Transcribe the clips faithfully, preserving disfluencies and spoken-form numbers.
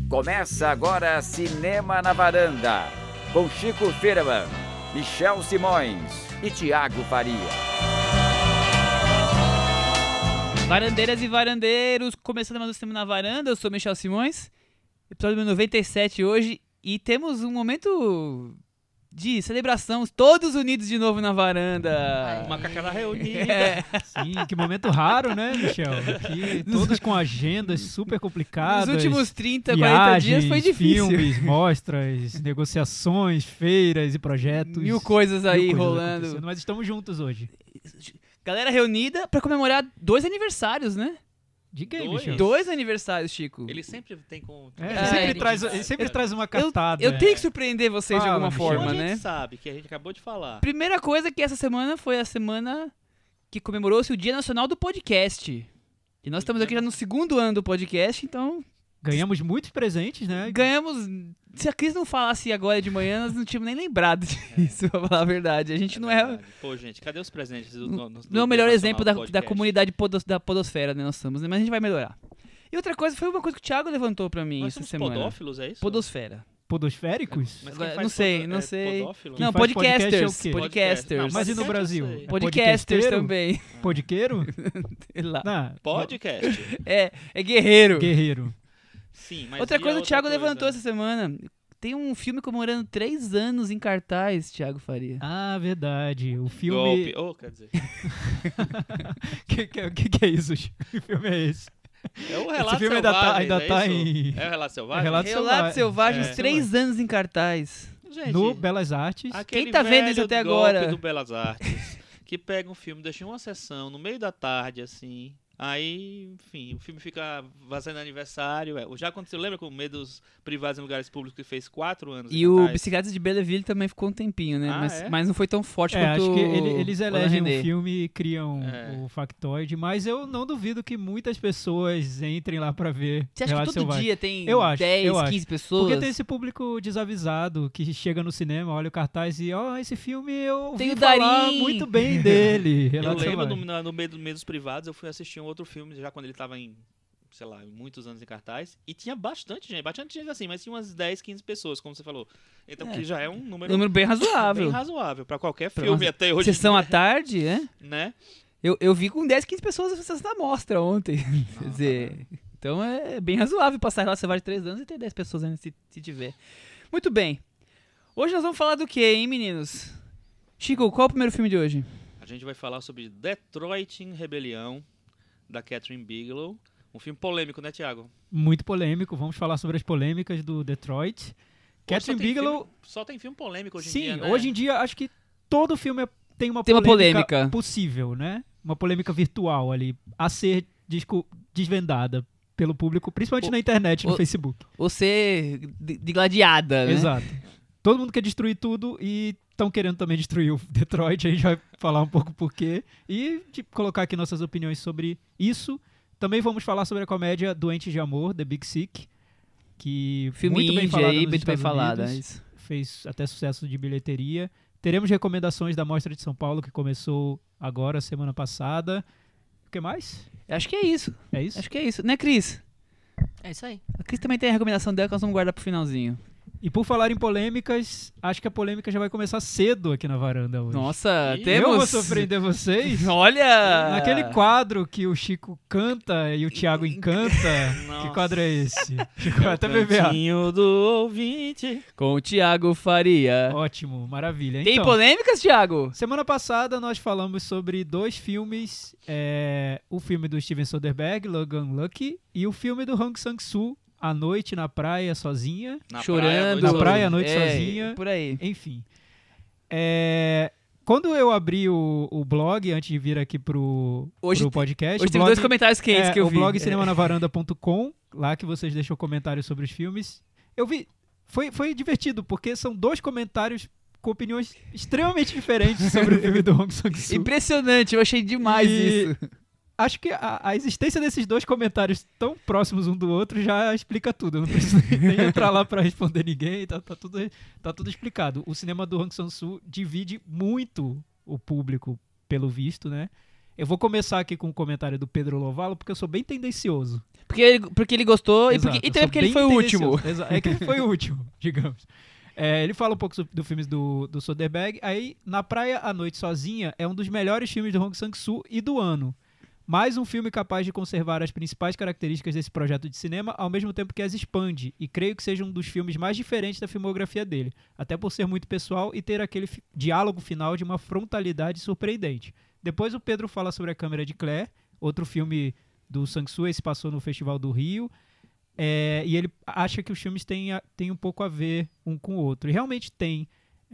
Começa agora Cinema na Varanda, com Chico Firman, Michel Simões e Thiago Faria. Varandeiras e varandeiros, começando mais um Cinema na Varanda, eu sou Michel Simões, episódio noventa e sete hoje, e temos um momento de celebração, todos unidos de novo na varanda. Uma cacada reunida. É. Sim, que momento raro, né, Michel? Que todos com agendas super complicadas. Nos últimos trinta, viagens, quarenta dias foi difícil. Filmes, mostras, negociações, feiras e projetos. Mil coisas aí mil coisas rolando. acontecendo, mas estamos juntos hoje. Galera reunida pra comemorar dois aniversários, né? De quem, Dois? Michel? Dois aniversários, Chico. Ele sempre tem com... É, ele É, sempre, é, traz, ele sempre eu- traz uma Eu, cartada. eu é. tenho que surpreender vocês de Fala, alguma Michel. forma, a gente né? sabe, que a gente acabou de falar. Primeira coisa que essa semana foi a semana que comemorou-se o Dia Nacional do Podcast. E nós estamos aqui já no segundo ano do podcast, então Ganhamos muitos presentes, né? ganhamos... Se a Cris não falasse agora de manhã, nós não tínhamos nem lembrado disso, pra falar a verdade. A gente não é... verdade. Pô, gente, cadê os presentes do, do, do Não é o melhor Dia exemplo da, Nacional do da Podcast? comunidade podos, da podosfera, né? Nós somos, né? Mas a gente vai melhorar. E outra coisa, foi uma coisa que o Thiago levantou pra mim Nós essa somos semana. podófilos, é isso? Podosfera. Podosféricos? Mas Agora, quem faz não sei, podo- não é sei. podófilo? Quem Não, faz podcast é o podcasters. quê? Podcasters. Não, Mas e no podcast eu Brasil? sei. É Podcasters podcasteiro? também. Podqueiro? Sei lá. Não, Podcast. É, é guerreiro. guerreiro. Sim, mas Outra e a coisa, o Thiago coisa? levantou essa semana. Tem um filme comemorando três anos em cartaz, Thiago Faria. Ah, verdade. O filme... Golpe. Oh, quer dizer, que, que, que, que é isso, Chico? Que filme é esse? é o Relato Esse filme ainda tá, Selvagem, ainda é tá isso? em... É o Relato Selvagem? É Relato Relatos Selvagem. Selvagens, É. três anos em cartaz. Gente, No Belas Artes. aquele Quem tá vendo isso velho até golpe agora? do Belas Artes, que pega um filme, deixa em uma sessão, no meio da tarde, assim... Aí, enfim, o filme fica fazendo aniversário. É. Já aconteceu, lembra com o Medos Privados em Lugares Públicos, que fez quatro anos E em o cartaz? Bicicletas de Belleville também ficou um tempinho, né? Ah, mas, é? mas não foi tão forte É, quanto acho que ele- eles o elegem René. um filme e criam É. o factoide, mas eu não duvido que muitas pessoas entrem lá pra ver. Você acha que Relato todo Selvagem. dia tem Eu acho, dez, eu acho. quinze pessoas? Porque tem esse público desavisado que chega no cinema, olha o cartaz e, ó, esse filme eu ouvi Tem o falar Darim. muito bem dele. Eu Relato lembro, Selvagem. no, na- no meio dos Medos Privados, eu fui assistir um outro filme, já quando ele tava em, sei lá, muitos anos em cartaz, e tinha bastante gente, bastante gente assim, mas tinha umas dez, quinze pessoas, como você falou. Então, É. que já é um número, Número bem razoável. bem razoável pra qualquer Pra filme uma até hoje. Sessão à tarde, né? Né? Eu, eu vi com dez, quinze pessoas a sessão da mostra ontem. Quer dizer, então é bem razoável passar lá, você vai de três anos e ter dez pessoas ainda, se, se tiver. Muito bem. Hoje nós vamos falar do que, hein, meninos? Chico, qual é o primeiro filme de hoje? A gente vai falar sobre Detroit em Rebelião, da Catherine Bigelow. Um filme polêmico, né, Thiago? Muito polêmico, vamos falar sobre as polêmicas do Detroit. Pô, Catherine só tem Bigelow, filme- só tem filme polêmico hoje sim, em dia, né? hoje em dia acho que todo filme é- tem uma Tem uma polêmica, polêmica. possível, né? Uma polêmica virtual ali, a ser desco- desvendada pelo público, principalmente O- na internet, no o- Facebook. Você de, de gladiada, né? Exato. Todo mundo quer destruir tudo e estão querendo também destruir o Detroit. A gente vai falar um pouco por quê. E de colocar aqui nossas opiniões sobre isso. Também vamos falar sobre a comédia Doentes de Amor, The Big Sick. Que Filme muito bem indie falada aí, nos muito bem Estados falada. Unidos, Isso. fez até sucesso de bilheteria. Teremos recomendações da Mostra de São Paulo, que começou agora, semana passada. O que mais? Acho que é isso. É isso? Acho que é isso. Né, Cris? É isso aí. A Cris também tem a recomendação dela que nós vamos guardar pro finalzinho. E por falar em polêmicas, acho que a polêmica já vai começar cedo aqui na varanda hoje. Nossa, Ih, temos... Eu vou surpreender vocês. Olha! Naquele quadro que o Chico canta e o Thiago encanta. Nossa. Que quadro é esse? Chico vai até beber água. Cantinho do ouvinte. Com o Thiago Faria. Ótimo, maravilha. Tem Então, polêmicas, Thiago? semana passada nós falamos sobre dois filmes. é, o filme do Steven Soderbergh, Logan Lucky, e o filme do Hong Sang-soo, A Noite na Praia Sozinha. Na Chorando. Na praia, praia, à noite É, sozinha. Por aí. Enfim. É, quando eu abri o, o blog, antes de vir aqui pro, Hoje pro te- podcast... Hoje o teve blog, dois comentários quentes é, que eu o vi. blog É. cinema na varanda ponto com, lá que vocês deixam comentários sobre os filmes. Eu vi... Foi, foi divertido, porque são dois comentários com opiniões extremamente diferentes sobre o filme do Hong Sang-soo. Impressionante, eu achei demais E- isso. Acho que a, a existência desses dois comentários tão próximos um do outro já explica tudo. Eu não preciso nem entrar lá pra responder ninguém, tá, tá, tudo, tá tudo explicado. O cinema do Hong Sang-soo divide muito o público, pelo visto, né? Eu vou começar aqui com o comentário do Pedro Lovalo, porque eu sou bem tendencioso. Porque ele, porque ele gostou e, Exato, porque, e eu também sou porque ele bem foi o último. tendencioso. Exa- É que ele foi o último, digamos. É, ele fala um pouco do, do filmes do, do Soderbergh. Aí, Na Praia à Noite Sozinha é um dos melhores filmes de Hong Sang-soo e do ano. Mais um filme capaz de conservar as principais características desse projeto de cinema, ao mesmo tempo que as expande, e creio que seja um dos filmes mais diferentes da filmografia dele, até por ser muito pessoal e ter aquele fi- diálogo final de uma frontalidade surpreendente. Depois o Pedro fala sobre A Câmera de Claire, outro filme do Sang-soo, esse passou no Festival do Rio, é, e ele acha que os filmes têm, a- têm um pouco a ver um com o outro. E realmente tem.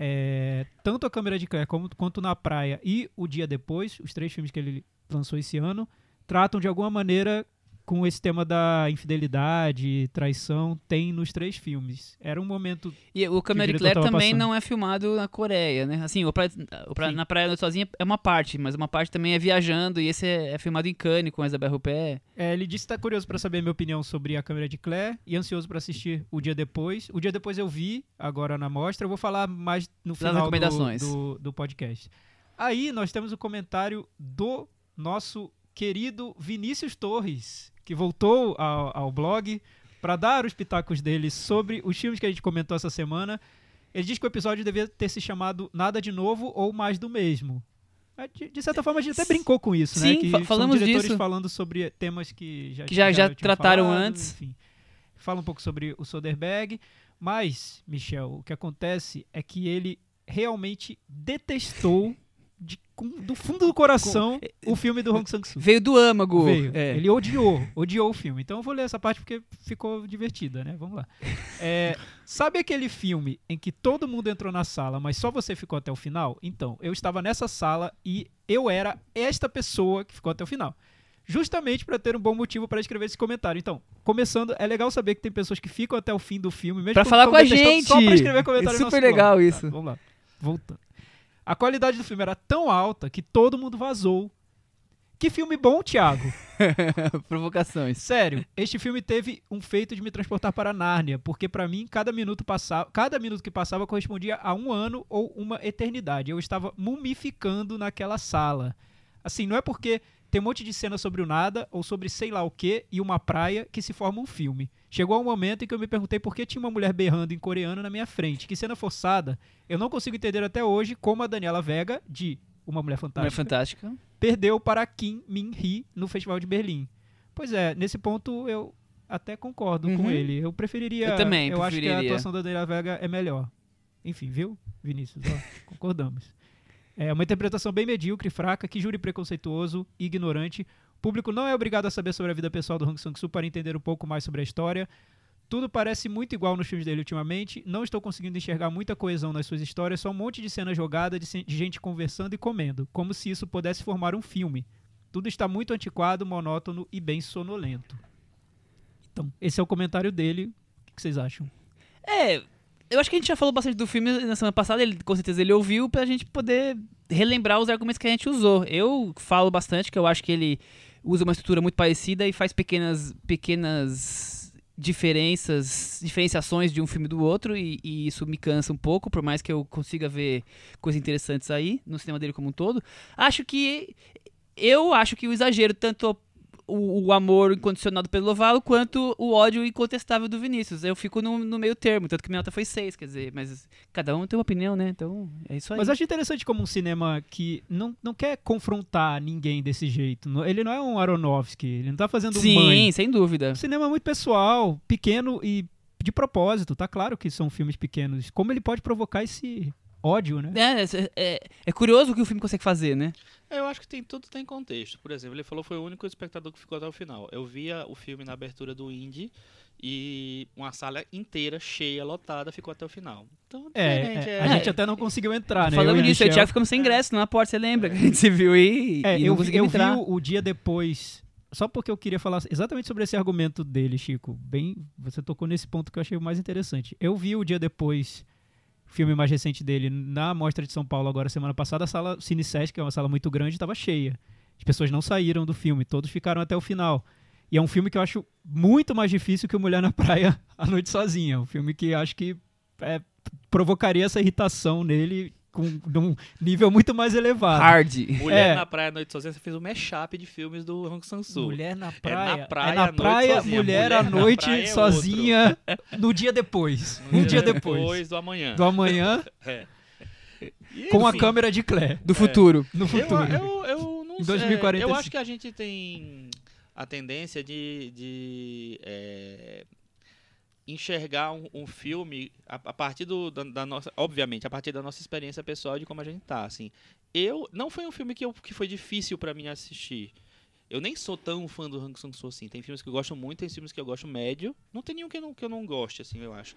É, tanto A Câmera de Claire como, quanto Na Praia e O Dia Depois, os três filmes que ele lançou esse ano, tratam de alguma maneira com esse tema da infidelidade, traição, tem nos três filmes. Era um momento... E o Câmera de diretor Claire tava também passando. não é filmado na Coreia, né? Assim, o pra, o pra, Sim. na Praia Sozinha é uma parte, mas uma parte também é viajando, e esse é, é filmado em Cannes com a Isabelle Huppert. É, ele disse que está curioso para saber a minha opinião sobre A Câmera de Claire e ansioso para assistir O Dia Depois. O Dia Depois eu vi, agora na mostra. Eu vou falar mais no final do, recomendações. do, do podcast. Aí nós temos o comentário do nosso querido Vinícius Torres, que voltou ao, ao blog para dar os pitacos dele sobre os filmes que a gente comentou essa semana. Ele diz que o episódio devia ter se chamado Nada de Novo ou Mais do Mesmo. De, de certa forma, a gente até brincou com isso, Sim, né? Que fa- são falamos diretores disso. falando sobre temas que já, Que já- já tinham trataram falado, antes. Enfim. Fala um pouco sobre o Soderbergh. Mas, Michel, o que acontece é que ele realmente detestou de- com- do fundo do coração o filme do Hong Sang-soo. Veio do âmago. Veio. É. Ele odiou, odiou o filme. Então eu vou ler essa parte porque ficou divertida, né? Vamos lá. É, sabe aquele filme em que todo mundo entrou na sala, mas só você ficou até o final? Então, eu estava nessa sala e eu era esta pessoa que ficou até o final. Justamente para ter um bom motivo para escrever esse comentário. Então, começando, é legal saber que tem pessoas que ficam até o fim do filme, mesmo Pra quando falar tão com a detestando, gente. Só para escrever comentário É no super nosso legal blog. isso. Tá, vamos lá. Voltando. A qualidade do filme era tão alta que todo mundo vazou. Que filme bom, Thiago. Provocações. Sério, este filme teve um feito de me transportar para Nárnia, porque pra mim cada minuto passava, cada minuto que passava correspondia a um ano ou uma eternidade. Eu estava mumificando naquela sala. Assim, não é porque tem um monte de cena sobre o nada ou sobre sei lá o que e uma praia que se forma um filme. Chegou um momento em que eu me perguntei por que tinha uma mulher berrando em coreano na minha frente. Que cena forçada. Eu não consigo entender até hoje como a Daniela Vega, de Uma Mulher Não é Fantástica, fantástica. perdeu para Kim Min-hee no Festival de Berlim. Pois é, nesse ponto eu até concordo Uhum. com ele. Eu preferiria... Eu também Eu acho que a preferiria. atuação da Daniela Vega é melhor. Enfim, viu, Vinícius? Ó, concordamos. É uma interpretação bem medíocre, fraca, que júri preconceituoso e ignorante. O público não é obrigado a saber sobre a vida pessoal do Hong Sang-soo para entender um pouco mais sobre a história. Tudo parece muito igual nos filmes dele ultimamente. Não estou conseguindo enxergar muita coesão nas suas histórias. Só um monte de cena jogada de, de gente conversando e comendo. Como se isso pudesse formar um filme. Tudo está muito antiquado, monótono e bem sonolento. Então, esse é o comentário dele. O que vocês acham? É, eu acho que a gente já falou bastante do filme na semana passada, ele, com certeza ele ouviu, pra gente poder relembrar os argumentos que a gente usou. Eu falo bastante que eu acho que ele usa uma estrutura muito parecida e faz pequenas, pequenas diferenças, diferenciações de um filme do outro, e, e isso me cansa um pouco, por mais que eu consiga ver coisas interessantes aí, no cinema dele como um todo. Acho que... Eu acho que o exagero, tanto o, o amor incondicionado pelo Lovalo, quanto o ódio incontestável do Vinícius. Eu fico no, no meio termo, tanto que minha nota foi seis, quer dizer, mas cada um tem uma opinião, né? Então, é isso aí. Mas acho interessante como um cinema que não, não quer confrontar ninguém desse jeito. Não- Ele não é um Aronofsky, ele não tá fazendo um Sim, Mãe. sem dúvida. O cinema é muito pessoal, pequeno e de propósito. Tá claro que são filmes pequenos. Como ele pode provocar esse ódio, né? É, é, é curioso o que o filme consegue fazer, né? Eu acho que tem, tudo tem contexto. Por exemplo, ele falou que foi o único espectador que ficou até o final. Eu via o filme na abertura do Indie e uma sala inteira, cheia, lotada, ficou até o final. Então, É, diferente, é, é, a gente até não conseguiu entrar, né? Falando Eu e o nisso, eu e o Michel. Thiago ficamos sem ingresso na porta, você lembra? Que a gente se viu aí É, e eu, não vi- conseguiu eu vi entrar. o, o dia depois, só porque eu queria falar exatamente sobre esse argumento dele, Chico. Bem, você tocou nesse ponto que eu achei o mais interessante. Eu vi o dia depois, o filme mais recente dele, na Mostra de São Paulo agora semana passada, a sala Cine Sesc, que é uma sala muito grande, estava cheia. As pessoas não saíram do filme, todos ficaram até o final. E é um filme que eu acho muito mais difícil que o Mulher na Praia à Noite Sozinha. Um filme que acho que é, provocaria essa irritação nele com um nível muito mais elevado. Hard. Mulher É. na Praia, Noite Sozinha, você fez um mashup de filmes do Hong Sang-soo. Mulher na praia. na praia, é na noite praia, sozinha. mulher, Mulher à na noite, praia é sozinha, no dia depois. Um dia depois. do amanhã. Do amanhã, É. E, com a enfim, câmera de Claire. Do futuro. No Eu, futuro. eu, eu não Em sei. dois mil e quarenta e Eu cinco. acho que a gente tem a tendência de, de é, enxergar um, um filme a, a partir do, da, da nossa, obviamente, a partir da nossa experiência pessoal de como a gente tá, assim. Eu não foi um filme que, eu, que foi difícil pra mim assistir. Eu nem sou tão fã do Hong Sang-soo assim. Tem filmes que eu gosto muito, tem filmes que eu gosto médio. Não tem nenhum que eu não, que eu não goste, assim, eu acho.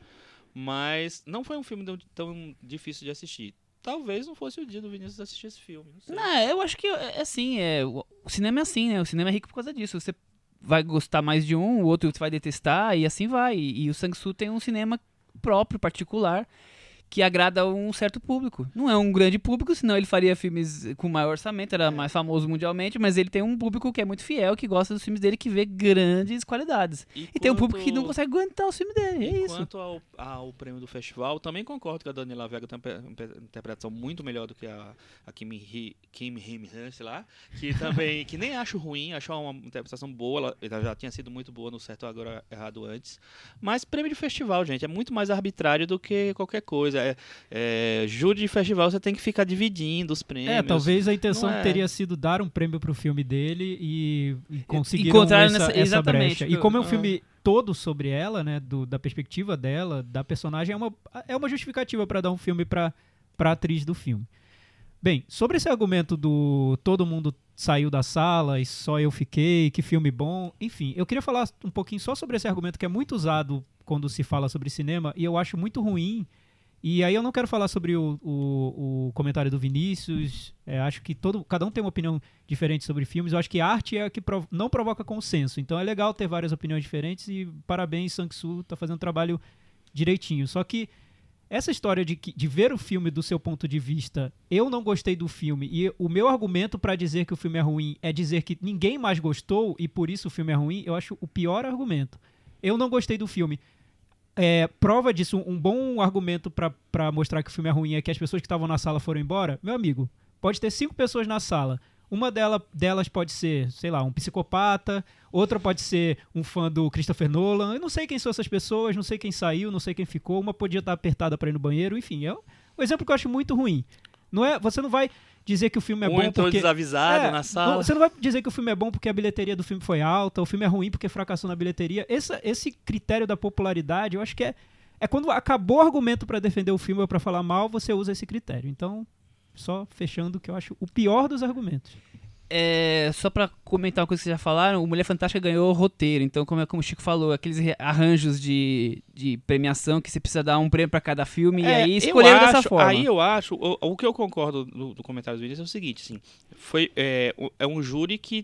Mas não foi um filme tão, tão difícil de assistir. Talvez não fosse o dia do Vinícius assistir esse filme. Não sei. Não, eu acho que é assim, é, o o cinema é assim, né? O cinema é rico por causa disso. Você vai gostar mais de um, o outro você vai detestar, e assim vai. E, e o Sang-soo tem um cinema próprio, particular, que agrada a um certo público. Não é um grande público, senão ele faria filmes com maior orçamento, era mais famoso mundialmente, mas ele tem um público que é muito fiel, que gosta dos filmes dele, que vê grandes qualidades. E tem um público que não consegue aguentar o filme dele, é isso. Quanto ao, ao prêmio do festival, também concordo que a Daniela Vega tem uma interpretação muito melhor do que a, a Kim Hee Kim Hee sei lá, que também, que nem acho ruim, acho uma interpretação boa, ela, ela já tinha sido muito boa no Certo Agora Errado antes, mas prêmio de festival, gente, é muito mais arbitrário do que qualquer coisa. É, é, júri de festival, você tem que ficar dividindo os prêmios. É, talvez a intenção Não é. teria sido dar um prêmio pro filme dele e, e conseguir Encontraram essa, nessa- essa exatamente. brecha. E como é um Ah. filme todo sobre ela, né, do, da perspectiva dela, da personagem, é uma, é uma justificativa para dar um filme pra, pra atriz do filme. Bem, sobre esse argumento do todo mundo saiu da sala e só eu fiquei, que filme bom, enfim, eu queria falar um pouquinho só sobre esse argumento que é muito usado quando se fala sobre cinema e eu acho muito ruim. E aí eu não quero falar sobre o, o, o comentário do Vinícius, é, acho que todo, cada um tem uma opinião diferente sobre filmes, eu acho que arte é a que prov- não provoca consenso, então é legal ter várias opiniões diferentes e parabéns, Sang-soo tá fazendo um trabalho direitinho, só que essa história de, que- de ver o filme do seu ponto de vista, eu não gostei do filme, e o meu argumento para dizer que o filme é ruim é dizer que ninguém mais gostou e por isso o filme é ruim, eu acho o pior argumento. Eu não gostei do filme. É, prova disso, um bom argumento para mostrar que o filme é ruim é que as pessoas que estavam na sala foram embora. Meu amigo, pode ter cinco pessoas na sala. Uma dela, delas pode ser, sei lá, um psicopata. Outra pode ser um fã do Christopher Nolan. Eu não sei quem são essas pessoas, não sei quem saiu, não sei quem ficou. Uma podia estar apertada para ir no banheiro. Enfim, é um exemplo que eu acho muito ruim. Não é, você não vai dizer que o filme é um bom entrou porque... desavisado É, na sala. não- você não vai dizer que o filme é bom porque a bilheteria do filme foi alta, o filme é ruim porque fracassou na bilheteria. Essa, esse critério da popularidade, eu acho que é, é quando acabou o argumento para defender o filme ou para falar mal, você usa esse critério. Então, só fechando o que eu acho o pior dos argumentos. É, só pra comentar uma coisa que vocês já falaram, o Mulher Fantástica ganhou o roteiro, então como, é, como o Chico falou, aqueles re- arranjos de, de premiação que você precisa dar um prêmio pra cada filme, e É, aí eu escolheram dessa acho- forma. Aí eu acho, o, o que eu concordo do, do comentário do Vinícius é o seguinte, assim, foi, é, o- é um júri que,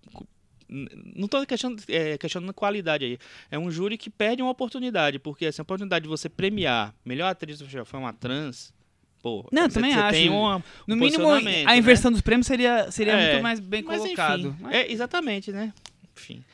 n- não estou questionando, é, questionando a qualidade aí, é um júri que perde uma oportunidade, porque assim, a oportunidade de você premiar melhor atriz do festival foi uma trans, pô, Não, eu você, também você acho. tem uma, No um mínimo, posicionamento, a né? inversão dos prêmios seria, seria É, muito mais bem Mas, colocado. enfim, Mas, é, exatamente, né? Enfim.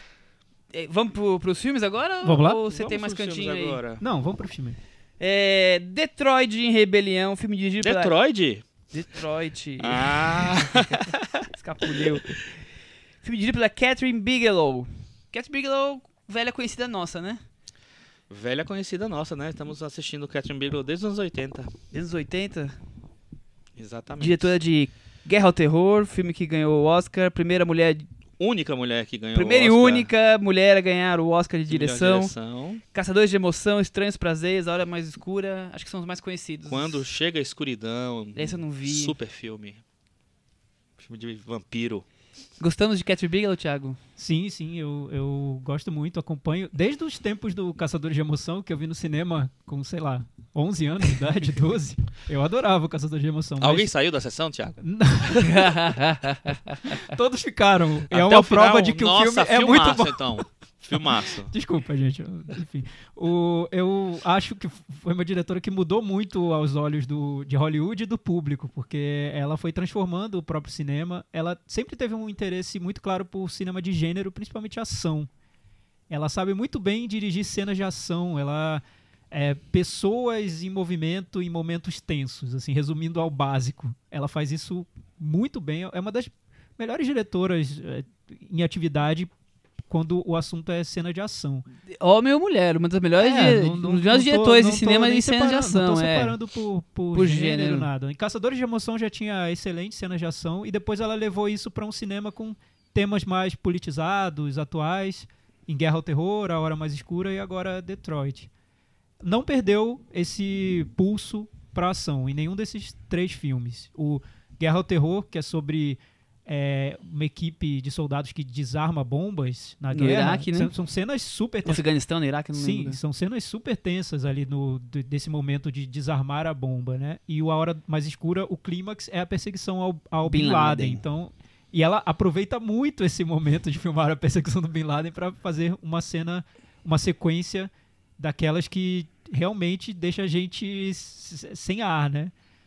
é, vamos pro, pros filmes agora? Vamos lá? Ou você Vamos tem mais pros filmes cantinho aí? agora. Não, vamos pro filme. É, Detroit em Rebelião, filme dirigido pela... Detroit? Detroit. Ah, Escapuleu. Filme dirigido pela Catherine Bigelow. Catherine Bigelow, velha conhecida nossa, né? velha conhecida nossa, né? Estamos assistindo Catherine Bigelow desde os anos oitenta. Desde os oitenta. Exatamente. Diretora de Guerra ao Terror, filme que ganhou o Oscar. Primeira mulher, Única mulher que ganhou primeira o e Oscar única mulher a ganhar o Oscar de de melhor direção. direção. Caçadores de Emoção, Estranhos Prazeres, A Hora Mais Escura. Acho que são os mais conhecidos. Quando Chega a Escuridão. Esse eu não vi. Super filme. Filme de vampiro. Gostamos de Catherine Bigelow, Thiago? Sim, sim, eu, eu gosto muito, acompanho. Desde os tempos do Caçadores de Emoção, que eu vi no cinema com, sei lá, onze anos de idade, doze. Eu adorava o Caçadores de Emoção. mas- Alguém saiu da sessão, Thiago? Todos ficaram. É Até uma o final, prova de que nossa, o filme é filmaço, muito bom. então. Filmaço. Desculpa, gente. eu- Enfim. O, eu acho que foi uma diretora que mudou muito aos olhos do, de Hollywood e do público, porque ela foi transformando o próprio cinema. Ela sempre teve um interesse muito claro por cinema de gênero, principalmente ação. Ela sabe muito bem dirigir cenas de ação. Ela, é, pessoas em movimento em momentos tensos, assim, resumindo ao básico. Ela faz isso muito bem. É uma das melhores diretoras é, em atividade quando o assunto é cena de ação. Homem ou mulher, uma das melhores, É, di- não- não- um dos melhores não tô- diretores não de tô cinema nem de cenas de separando- ação. Não tô é. separando por, por, Por gênero, gênero. nada. Em Caçadores de Emoção já tinha excelentes cenas de ação e depois ela levou isso para um cinema com temas mais politizados, atuais, em Guerra ao Terror, A Hora Mais Escura e agora Detroit. Não perdeu esse pulso para ação em nenhum desses três filmes. O Guerra ao Terror, que é sobre é, uma equipe de soldados que desarma bombas na No guerra. Iraque, né? São, são cenas super No tensas. Afeganistão, no Iraque, não Sim, lembro. são cenas super tensas ali no, do- desse momento de desarmar a bomba, né? E o A Hora Mais Escura, o clímax é a perseguição ao, ao Bin, Bin Laden. Laden. Então, e ela aproveita muito esse momento de filmar a perseguição do Bin Laden para fazer uma cena, uma sequência daquelas que realmente deixa a gente s- sem ar, né?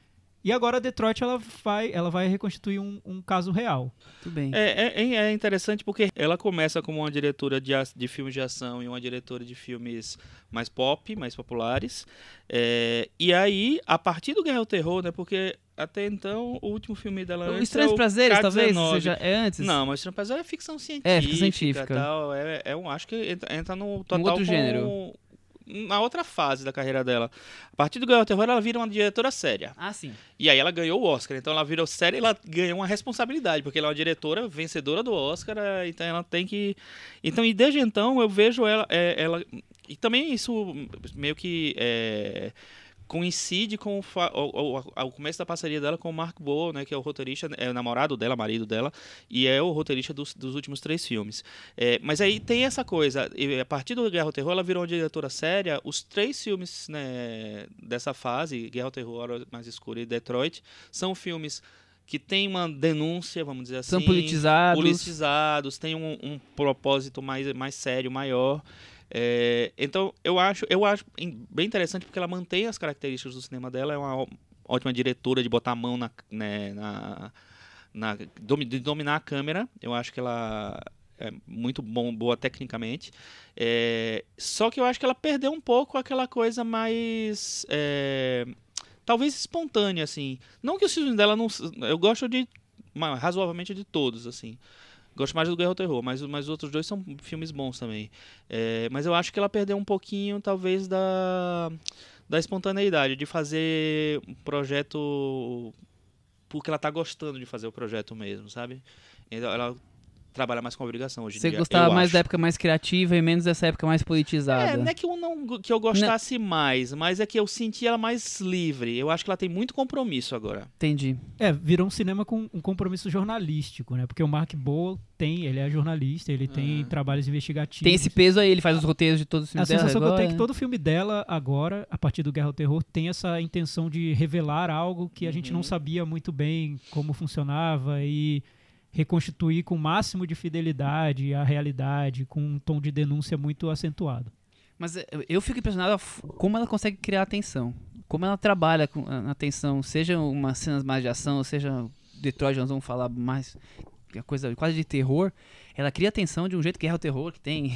E agora a Detroit ela vai, ela vai reconstituir um, um caso real. Tudo bem. É, é, é interessante porque ela começa como uma diretora de, a- de filmes de ação e uma diretora de filmes mais pop, mais populares. É, e aí, a partir do Guerra ao Terror, né? Porque até então o último filme dela O antes Estranhos é o Prazeres, K talvez, dezenove. seja é antes. Não, mas o Estranhos Prazeres é ficção científica. É, ficção científica. Tal, é, é um, acho que entra, entra no total outro com- gênero. Na outra fase da carreira dela. A partir do Guerra ao Terror, ela vira uma diretora séria. Ah, sim. E aí ela ganhou o Oscar. Então ela virou séria e ela ganhou uma responsabilidade, porque ela é uma diretora vencedora do Oscar, eh, então ela tem que... Então, e desde então eu vejo ela... eh, ela e também isso meio que eh, coincide com o, fa- o, o- o começo da parceria dela com o Mark Boal, né, que é o roteirista, é o namorado dela, marido dela, e é o roteirista dos, dos últimos três filmes. É, mas aí tem essa coisa, e a partir do Guerra ao Terror ela virou uma diretora séria. Os três filmes, né, dessa fase, Guerra ao Terror, A Hora Mais Escura e Detroit, são filmes que tem uma denúncia, vamos dizer assim, São politizados. politizados, tem um, um propósito mais, mais sério, maior. É, então eu acho, eu acho in- bem interessante porque ela mantém as características do cinema dela, é uma ó- ótima diretora de botar a mão na, né, na, na domi- de dominar a câmera. Eu acho que ela é muito bom, boa tecnicamente. É, só que eu acho que ela perdeu um pouco aquela coisa mais é, talvez espontânea, assim. Não que os filmes dela não, s- eu gosto de ma- razoavelmente de todos, assim. Gosto mais do Guerra ao Terror, mas, mas os outros dois são filmes bons também. É, mas eu acho que ela perdeu um pouquinho, talvez, da, da espontaneidade, de fazer um projeto porque ela tá gostando de fazer o projeto mesmo, sabe? Então, ela trabalha mais com obrigação hoje em Você dia. gostava eu mais acho. da época mais criativa e menos dessa época mais politizada. É, não é que eu, não, que eu gostasse mais, mas é que eu senti ela mais livre. Eu acho que ela tem muito compromisso agora. Entendi. É, virou um cinema com um compromisso jornalístico, né? Porque o Mark Boal tem, ele é jornalista, ele tem Uhum. trabalhos investigativos. Tem esse peso aí, ele faz os roteiros de todos os A filmes dela sensação que eu agora. tenho é que todo filme dela agora, a partir do Guerra ao Terror, tem essa intenção de revelar algo que a gente não Uhum. sabia muito bem como funcionava e reconstituir com o máximo de fidelidade a realidade, com um tom de denúncia muito acentuado. Mas é, eu fico impressionado a f- como ela consegue criar atenção. Como ela trabalha com a a atenção, seja umas cenas mais de ação, seja Detroit, nós vamos falar mais, que é coisa quase de terror. Ela cria atenção de um jeito que é o terror, que tem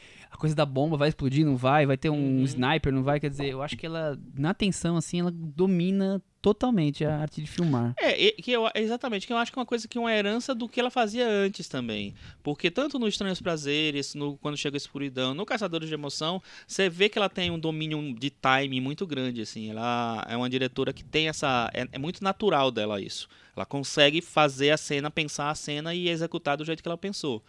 a coisa da bomba, vai explodir, não vai, vai ter um Uhum. sniper, não vai. Quer dizer, eu acho que ela, na atenção, assim, ela domina totalmente a arte de filmar. É, e- que eu, exatamente, que eu acho que é uma coisa que é uma herança do que ela fazia antes também. Porque tanto no Estranhos Prazeres, no Quando Chega a Escuridão, no Caçadores de Emoção, você vê que ela tem um domínio de timing muito grande, assim. Ela é uma diretora que tem essa... É, é muito natural dela isso. Ela consegue fazer a cena, pensar a cena e executar do jeito que ela pensou.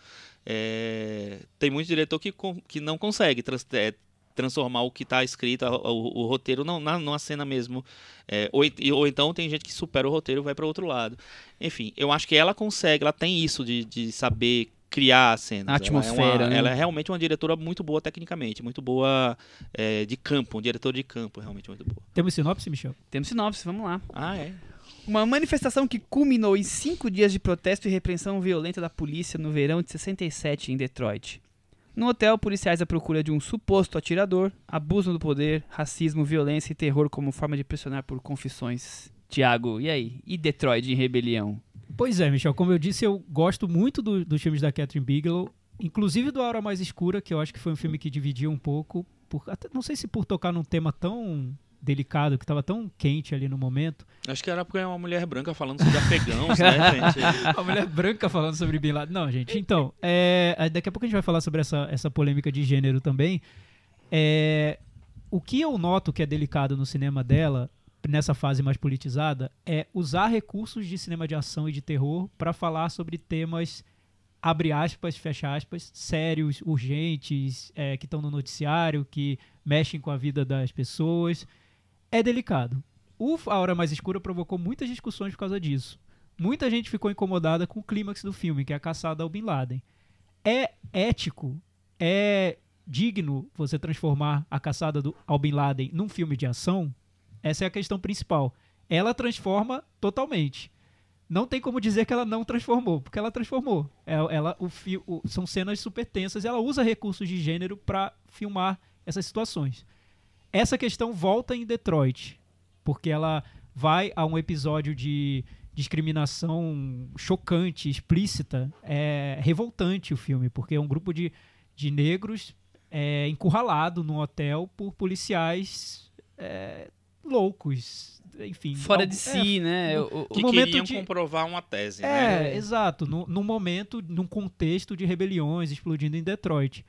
É, tem muito diretor que, con- que não consegue trans, é, transformar o que está escrito, a- o, o roteiro, não, na, numa cena mesmo. É, ou, e- ou então tem gente que supera o roteiro e vai para outro lado. Enfim, eu acho que ela consegue, ela tem isso de, de saber criar as cenas. A atmosfera, ela é, uma, né? ela é realmente uma diretora muito boa tecnicamente, muito boa é, de campo, um diretor de campo realmente muito boa. Temos sinopse, Michel? Temos sinopse, vamos lá. Ah, é? Uma manifestação que culminou em cinco dias de protesto e repreensão violenta da polícia no verão de sessenta e sete em Detroit. No hotel, policiais à procura de um suposto atirador, abusam do poder, racismo, violência e terror como forma de pressionar por confissões. Tiago, e aí? E Detroit em rebelião? Pois é, Michel, como eu disse, eu gosto muito do- dos filmes da Catherine Bigelow, inclusive do A Hora Mais Escura, que eu acho que foi um filme que dividiu um pouco, por, até, não sei se por tocar num tema tão delicado, que estava tão quente ali no momento. Acho que era porque é uma mulher branca falando sobre afegãos, né, gente? Uma mulher branca falando sobre Bin Laden. Não, gente, então, é, daqui a pouco a gente vai falar sobre essa, essa polêmica de gênero também. É, o que eu noto que é delicado no cinema dela, nessa fase mais politizada, é usar recursos de cinema de ação e de terror para falar sobre temas, abre aspas, fecha aspas, sérios, urgentes, é, que estão no noticiário, que mexem com a vida das pessoas. É delicado. O A Hora Mais Escura provocou muitas discussões por causa disso. Muita gente ficou incomodada com o clímax do filme, que é a caçada ao Bin Laden. É ético, é digno você transformar a caçada do, ao Bin Laden num filme de ação? Essa é a questão principal. Ela transforma totalmente. Não tem como dizer que ela não transformou, porque ela transformou. Ela, ela, o, o, são cenas super tensas e ela usa recursos de gênero para filmar essas situações. Essa questão volta em Detroit, porque ela vai a um episódio de discriminação chocante, explícita. É revoltante o filme, porque é um grupo de, de negros é, encurralado num hotel por policiais é, loucos, enfim. Fora algo, de si, é, né? No, O, o, Que momento queriam de- comprovar uma tese, é, né? exato. No, num momento, num contexto de rebeliões explodindo em Detroit.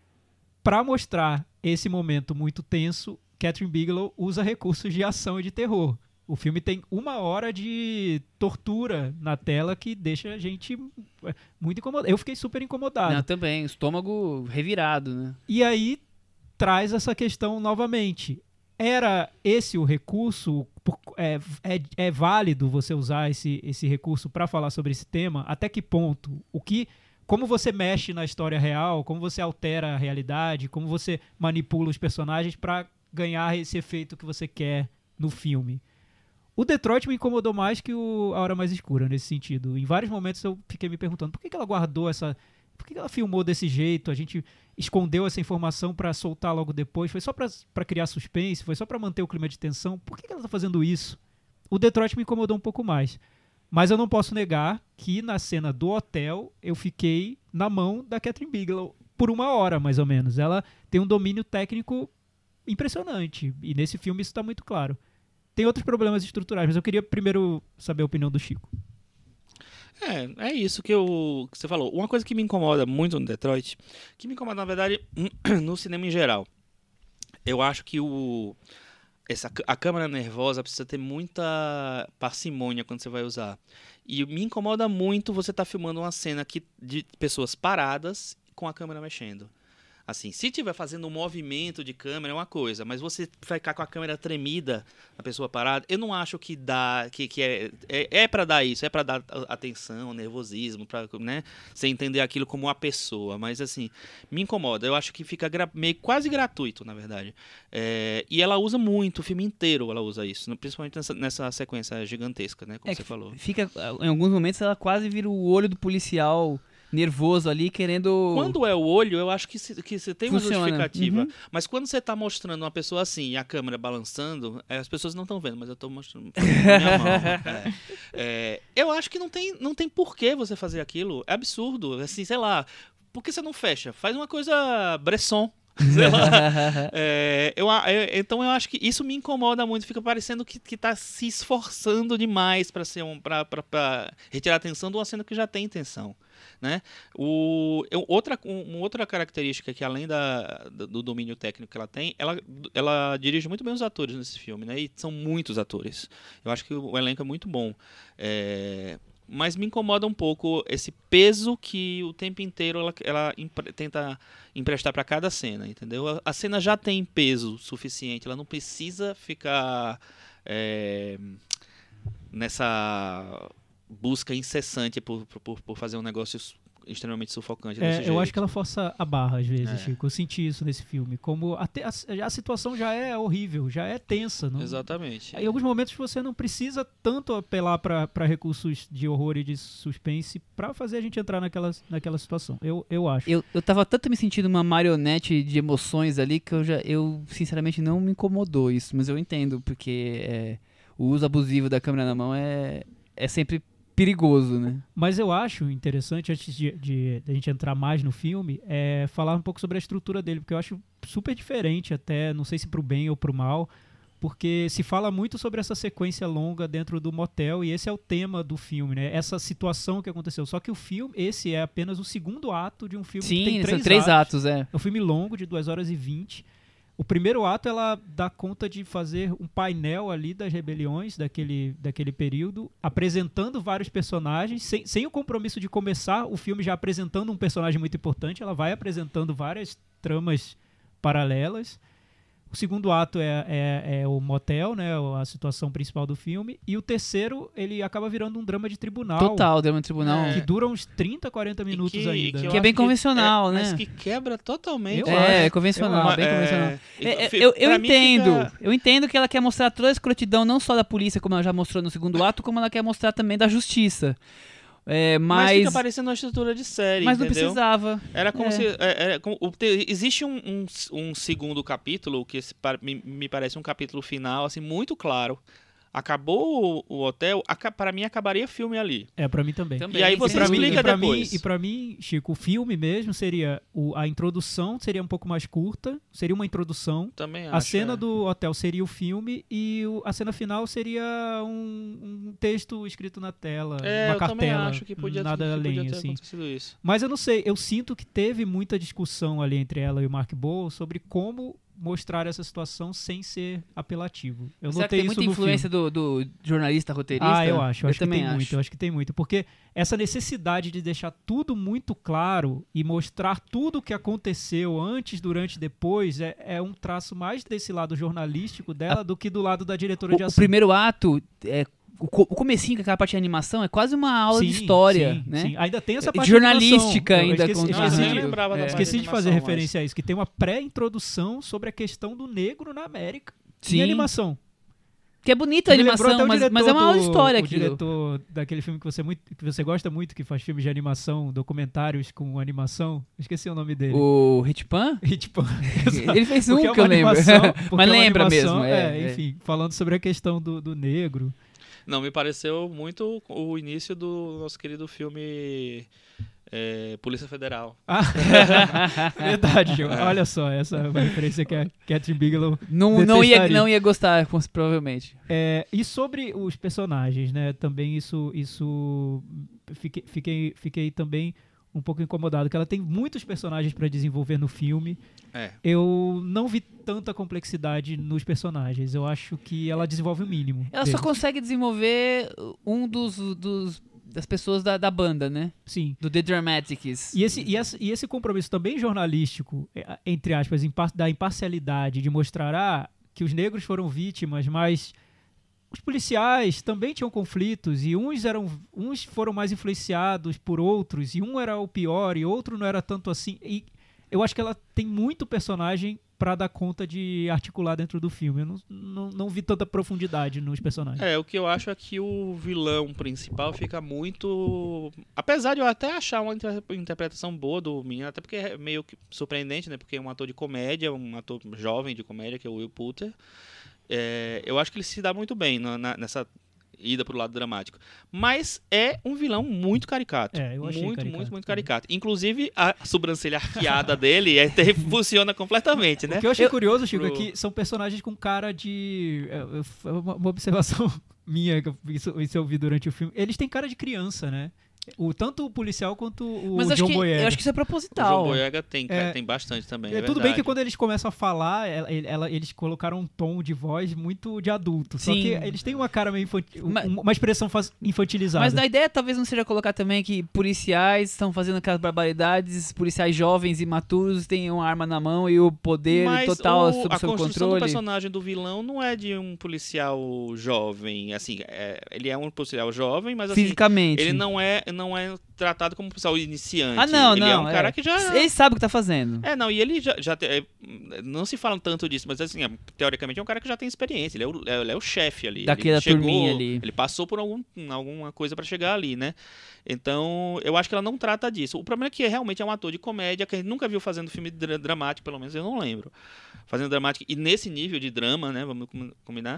Para mostrar esse momento muito tenso, Catherine Bigelow usa recursos de ação e de terror. O filme tem uma hora de tortura na tela que deixa a gente é, muito incomodado. Eu fiquei super incomodado. não, também, estômago revirado, né? E aí traz essa questão novamente. Era esse o recurso? Por- É, é, é válido você usar esse, esse recurso para falar sobre esse tema? Até que ponto? O que, como você mexe na história real? Como você altera a realidade? Como você manipula os personagens para ganhar esse efeito que você quer no filme? O Detroit me incomodou mais que o A Hora Mais Escura nesse sentido. Em vários momentos eu fiquei me perguntando por que que ela guardou essa... Por que que ela filmou desse jeito? A gente escondeu essa informação pra soltar logo depois? Foi só pra pra criar suspense? Foi só pra manter o clima de tensão? Por que que ela tá fazendo isso? O Detroit me incomodou um pouco mais. Mas eu não posso negar que na cena do hotel eu fiquei na mão da Catherine Bigelow por uma hora, mais ou menos. Ela tem um domínio técnico impressionante. E nesse filme isso tá muito claro. Tem outros problemas estruturais, mas eu queria primeiro saber a opinião do Chico. É, é isso que, eu, que você falou. Uma coisa que me incomoda muito no Detroit, que me incomoda, na verdade, no cinema em geral. Eu acho que o, essa, a câmera nervosa precisa ter muita parcimônia quando você vai usar. E me incomoda muito você estar filmando uma cena que, de pessoas paradas com a câmera mexendo. Assim, se estiver fazendo um movimento de câmera é uma coisa, mas você ficar com a câmera tremida, a pessoa parada, eu não acho que dá, que, que é, é, é para dar isso, é para dar atenção, nervosismo, para, né, você entender aquilo como uma pessoa, mas assim, me incomoda, eu acho que fica gra- meio quase gratuito, na verdade. É, e ela usa muito, o filme inteiro ela usa isso, principalmente nessa, nessa sequência gigantesca, né, como É você que falou. Fica, em alguns momentos ela quase vira o olho do policial nervoso ali, querendo... Quando é o olho, eu acho que se, que se tem uma Funciona. justificativa. Uhum. Mas quando você tá mostrando uma pessoa assim e a câmera balançando, é, as pessoas não estão vendo, mas eu tô mostrando com a minha mão. É. É, eu acho que não tem, não tem porquê você fazer aquilo. É absurdo. Assim, sei lá. Por que você não fecha? Faz uma coisa Bresson. Sei lá. É, eu, eu- então eu acho que isso me incomoda muito. Fica parecendo que, que tá se esforçando demais para ser um, pra, pra, pra retirar a atenção de uma cena que já tem tensão. Né? O, eu- outra, um- uma outra característica que além da, do, do domínio técnico que ela tem, ela, ela dirige muito bem os atores nesse filme, né? E são muitos atores. Eu acho que o, o elenco é muito bom. É, mas me incomoda um pouco esse peso que o tempo inteiro ela, ela empre- tenta emprestar para cada cena, entendeu? A, a cena já tem peso suficiente, ela não precisa ficar é, nessa busca incessante por, por, por fazer um negócio extremamente sufocante desse É, jeito. eu acho que ela força a barra às vezes, É. Chico. Eu senti isso nesse filme. Como até a, a situação já é horrível, já é tensa. Não, Exatamente. em alguns momentos você não precisa tanto apelar para recursos de horror e de suspense para fazer a gente entrar naquela, naquela situação. Eu, eu acho. Eu, eu tava tanto me sentindo uma marionete de emoções ali que eu já, eu sinceramente não me incomodou isso, mas eu entendo, porque é, o uso abusivo da câmera na mão é, é sempre perigoso, né? Mas eu acho interessante, antes de, de, de a gente entrar mais no filme, é falar um pouco sobre a estrutura dele, porque eu acho super diferente até, não sei se pro bem ou pro mal, porque se fala muito sobre essa sequência longa dentro do motel, e esse é o tema do filme, né? Essa situação que aconteceu. Só que o filme, esse é apenas o segundo ato de um filme Sim, que tem três, são três atos. atos, é. É um filme longo, de duas horas e vinte. O primeiro ato, ela dá conta de fazer um painel ali das rebeliões daquele, daquele período, apresentando vários personagens, sem, sem o compromisso de começar o filme já apresentando um personagem muito importante. Ela vai apresentando várias tramas paralelas. O segundo ato é, é, é o motel, né, a situação principal do filme. E o terceiro, ele acaba virando um drama de tribunal. Total, drama de tribunal. É. Que dura uns trinta, quarenta minutos que, ainda. eu Que é bem acho convencional, é, né? Mas que quebra totalmente. Eu É, acho, é convencional, eu bem acho. convencional. É, É, é, fi- eu eu pra mim entendo, fica- eu entendo que ela quer mostrar toda a escrotidão, não só da polícia, como ela já mostrou no segundo ato, como ela quer mostrar também da justiça. É, Mas, mas, fica parecendo uma estrutura de série, mas não entendeu? precisava. Era como É. se. é, era como- o- te- existe um, um, um segundo capítulo, que esse pa- me, me parece um capítulo final, assim, muito claro. Acabou o, o hotel, aca, para mim acabaria o filme ali. É, pra mim também. Também, E aí sem você pra mim, explica e pra depois. Mim, e pra mim, Chico, o filme mesmo seria... O, a introdução seria um pouco mais curta, seria uma introdução. Também A acho, cena é. do hotel seria o filme e o- a cena final seria um, um texto escrito na tela, É, uma eu também cartela, acho que podia, nada que além, podia ter assim. acontecido isso. Mas eu não sei, eu sinto que teve muita discussão ali entre ela e o Mark Bowl sobre como mostrar essa situação sem ser apelativo. Eu Será que notei tem isso muita no influência filme. do, do jornalista roteirista? Ah, eu acho. Eu, acho que também tem acho. muito. Eu acho que tem muito. Porque essa necessidade de deixar tudo muito claro e mostrar tudo o que aconteceu antes, durante e depois é, é um traço mais desse lado jornalístico dela do que do lado da diretora de O, o ação. primeiro ato, é, o, co- o comecinho, que é aquela parte de animação, é quase uma aula de Sim, história, sim, né? sim. Ainda tem essa É, parte jornalística de animação. Eu ainda esqueci, com- Nossa, esqueci eu Ah, nem de, lembrava da é. parte esqueci de fazer animação, referência a isso, que tem uma pré-introdução sobre a questão do negro na América. Sim. Em animação. Que é bonita a Me lembrou até animação, o mas, diretor mas é uma aula de do- história o aquilo. diretor daquele filme que você, muito, que você gosta muito, que faz filmes de animação, documentários com animação. Esqueci o nome dele. O Hitpan? E, tipo, Ele fez um porque é que eu uma lembro. animação, porque Mas é uma lembra animação, mesmo. É, é. enfim, falando sobre a questão do, do negro. Não, me pareceu muito o início do nosso querido filme é, Polícia Federal. Ah, verdade, João. Olha só, essa é uma referência que a Catherine Bigelow Não, não, ia, detestaria. não ia gostar, com- provavelmente. É, e sobre os personagens, né? Também isso, isso fiquei, fiquei, fiquei também um pouco incomodado, que ela tem muitos personagens para desenvolver no filme. É. Eu não vi tanta complexidade nos personagens. Eu acho que ela desenvolve o mínimo. Ela só deles. consegue desenvolver um dos, dos das pessoas da, da banda, né? Sim. Do The Dramatics. E esse, e, esse, e esse compromisso também jornalístico, é, entre aspas, impar- da imparcialidade, de mostrar ah, que os negros foram vítimas, mas os policiais também tinham conflitos e uns eram uns foram mais influenciados por outros e um era o pior e outro não era tanto assim. E eu acho que ela tem muito personagem pra dar conta de articular dentro do filme. Eu não, não, não vi tanta profundidade nos personagens. É, o que eu acho é que o vilão principal fica muito... Apesar de eu até achar uma inter- interpretação boa do menino, até porque é meio que surpreendente, né? Porque é um ator de comédia, um ator jovem de comédia, que é o Will Poulter. É, eu acho que ele se dá muito bem na- na- nessa ida pro lado dramático. Mas é um vilão muito caricato. É, eu achei muito, caricato muito, muito também. caricato. Inclusive, a sobrancelha arqueada dele é, ter- funciona completamente, né? O que eu achei Eu- curioso, Chico, pro- é que são personagens com cara de... é, é uma, uma observação minha, que eu, isso, isso eu vi durante o filme. Eles têm cara de criança, né? O, tanto o policial quanto o Mas acho John que, Boyega. eu acho que isso é O João proposital. Boyega tem, É. tem bastante também, É, é tudo bem verdade. que quando eles começam a falar, ela, ela- eles colocaram um tom de voz muito de adulto. Só Sim. que eles têm uma cara meio infantil, Mas- uma expressão faz- infantilizada. Mas a ideia talvez não seja colocar também que policiais estão fazendo aquelas barbaridades, policiais jovens e imaturos têm uma arma na mão e o poder Mas total o- sob a seu construção do controle. personagem do vilão não é de um policial jovem, assim, é- ele é um policial jovem, mas assim, Fisicamente. ele não é, não é tratado como um pessoal iniciante. Ah, não, ele não. é um cara é. que já... Ele sabe o que tá fazendo. É, não, e ele já... já te- é, não se fala tanto disso, mas assim, é, teoricamente é um cara que já tem experiência. Ele é o, é, ele é o chefe ali. Daquela ele chegou, turminha ali. Ele passou por algum, alguma coisa pra chegar ali, né? Então, eu acho que ela não trata disso. O problema é que realmente é um ator de comédia que a gente nunca viu fazendo filme dra- dramático, pelo menos eu não lembro. Fazendo dramático e nesse nível de drama, né? Vamos com- combinar.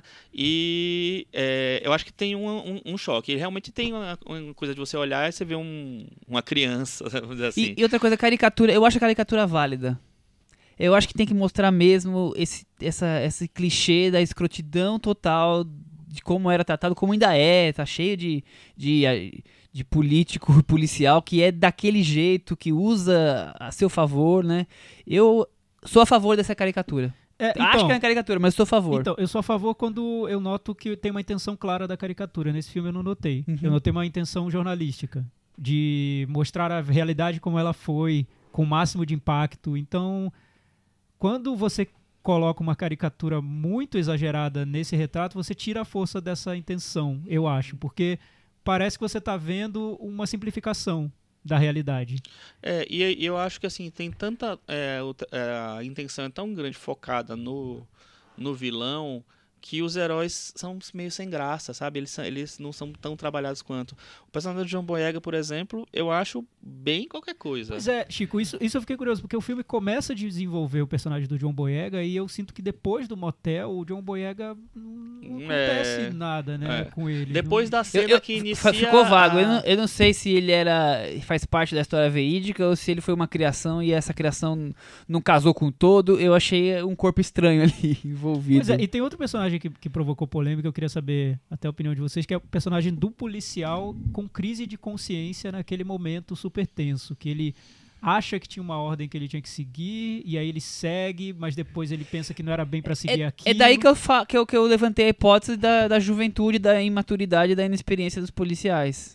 E é, eu acho que tem um, um, um choque. Ele realmente tem uma, uma coisa de você olhar e você vê um, uma criança, vamos dizer assim. E, e outra coisa, caricatura. Eu acho a caricatura válida. Eu acho que tem que mostrar mesmo esse, essa, esse clichê da escrotidão total de como era tratado, como ainda é. Tá cheio de, de, de político policial que é daquele jeito, que usa a seu favor, né? Eu sou a favor dessa caricatura. É, Acho então, que é uma caricatura, mas sou a favor. Então, eu sou a favor quando eu noto que tem uma intenção clara da caricatura. Nesse filme eu não notei. Uhum. Eu notei uma intenção jornalística, de mostrar a realidade como ela foi, com o máximo de impacto. Então, quando você coloca uma caricatura muito exagerada nesse retrato, você tira a força dessa intenção, eu acho. Porque parece que você está vendo uma simplificação da realidade. É, e e eu acho que assim, tem tanta. É, o- é, a intenção é tão grande focada no, no vilão que os heróis são meio sem graça, sabe? Eles, são- eles não são tão trabalhados quanto. O personagem do John Boyega, por exemplo, eu acho bem qualquer coisa. Pois é, Chico, isso, isso eu fiquei curioso, porque o filme começa a desenvolver o personagem do John Boyega e eu sinto que depois do motel, o John Boyega não, não É, acontece nada, né, é. com ele. Depois Não- da cena Eu- eu- que fa- inicia. Ficou vago. a- Eu não, eu não sei se ele era faz parte da história verídica ou se ele foi uma criação e essa criação não casou com o todo. Eu achei um corpo estranho ali envolvido. Pois é, e tem outro personagem que, que provocou polêmica, eu queria saber até a opinião de vocês, que é o personagem do policial com crise de consciência naquele momento super tenso, que ele acha que tinha uma ordem que ele tinha que seguir, e aí ele segue, mas depois ele pensa que não era bem pra seguir aquilo. É daí que eu, fa- que eu, que eu levantei a hipótese da, da juventude, da imaturidade, da inexperiência dos policiais.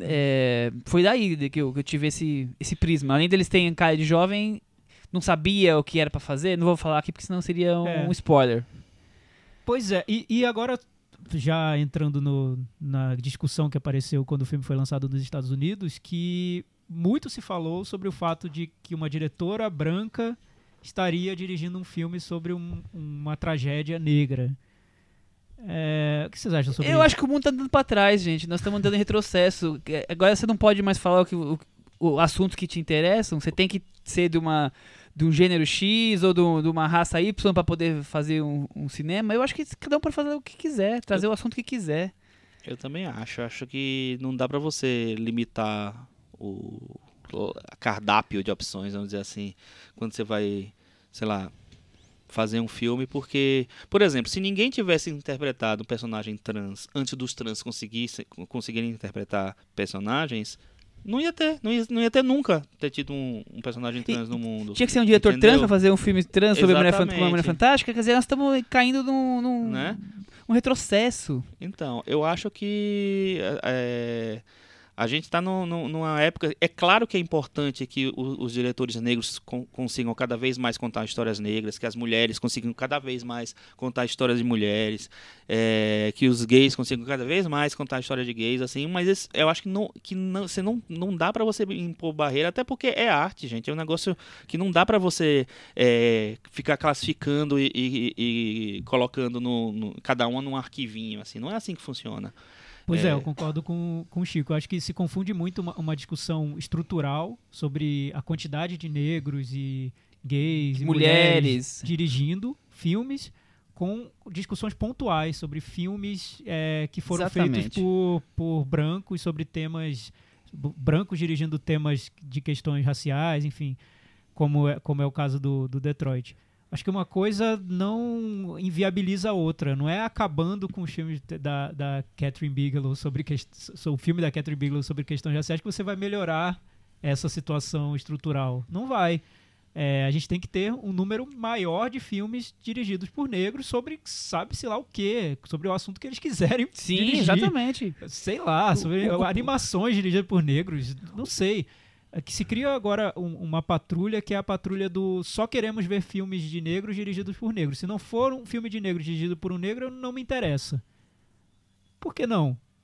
É, foi daí de que eu, que eu tive esse, esse prisma. Além deles terem cara de jovem, não sabia o que era pra fazer. Não vou falar aqui porque senão seria um, É. um spoiler. Pois é, e, e agora, já entrando no- na discussão que apareceu quando o filme foi lançado nos Estados Unidos, que muito se falou sobre o fato de que uma diretora branca estaria dirigindo um filme sobre um- uma tragédia negra. É, o que vocês acham sobre Eu isso? acho que o mundo tá andando pra trás, gente. Nós estamos andando em retrocesso. É, Agora você não pode mais falar o, que, o, o assuntos que te interessam. Você tem que ser de uma de um gênero X ou de, um- de uma raça Y pra poder fazer um, um cinema. Eu acho que cada um pode fazer o que quiser, trazer o assunto que quiser. Eu também acho. Acho que não dá pra você limitar o, o cardápio de opções, vamos dizer assim, quando você vai, sei lá, fazer um filme, porque, por exemplo, se ninguém tivesse interpretado um personagem trans antes dos trans conseguissem, conseguirem interpretar personagens, não ia ter, não ia, não ia ter nunca ter tido um, um personagem trans no mundo. Tinha que ser um diretor Entendeu? trans pra fazer um filme trans sobre a mulher, fan- Exatamente. uma mulher fantástica. Quer dizer, nós estamos caindo num, num Né? um retrocesso. Então, eu acho que é, a gente está numa época. É claro que é importante que o- os diretores negros con- consigam cada vez mais contar histórias negras, que as mulheres consigam cada vez mais contar histórias de mulheres, é, que os gays consigam cada vez mais contar a história de gays, assim. Mas esse- eu acho que não, que não, você não, não dá para você impor barreira, até porque é arte, gente. É um negócio que não dá para você é, ficar classificando e, e- e colocando no, no- cada uma num arquivinho, assim. Não é assim que funciona. Pois é, É. eu concordo com, com o Chico. Eu acho que se confunde muito uma, uma discussão estrutural sobre a quantidade de negros e gays e mulheres, Mulheres. dirigindo filmes com discussões pontuais sobre filmes é, que foram Exatamente. feitos por, por brancos sobre temas b- brancos dirigindo temas de questões raciais, enfim, como é, como é o caso do, do Detroit. Acho que uma coisa não inviabiliza a outra. Não é acabando com os filmes da, da Catherine Bigelow sobre que, o filme da Catherine Bigelow sobre questões raciais que você vai melhorar essa situação estrutural. Não vai. É, a gente tem que ter um número maior de filmes dirigidos por negros sobre sabe-se lá o quê, sobre o assunto que eles quiserem Sim, dirigir. exatamente. Sei lá, sobre O- o- animações dirigidas por negros, não sei. É que se cria agora um- uma patrulha que é a patrulha do só queremos ver filmes de negros dirigidos por negros. Se não for um filme de negros dirigido por um negro, não me interessa. Por que não?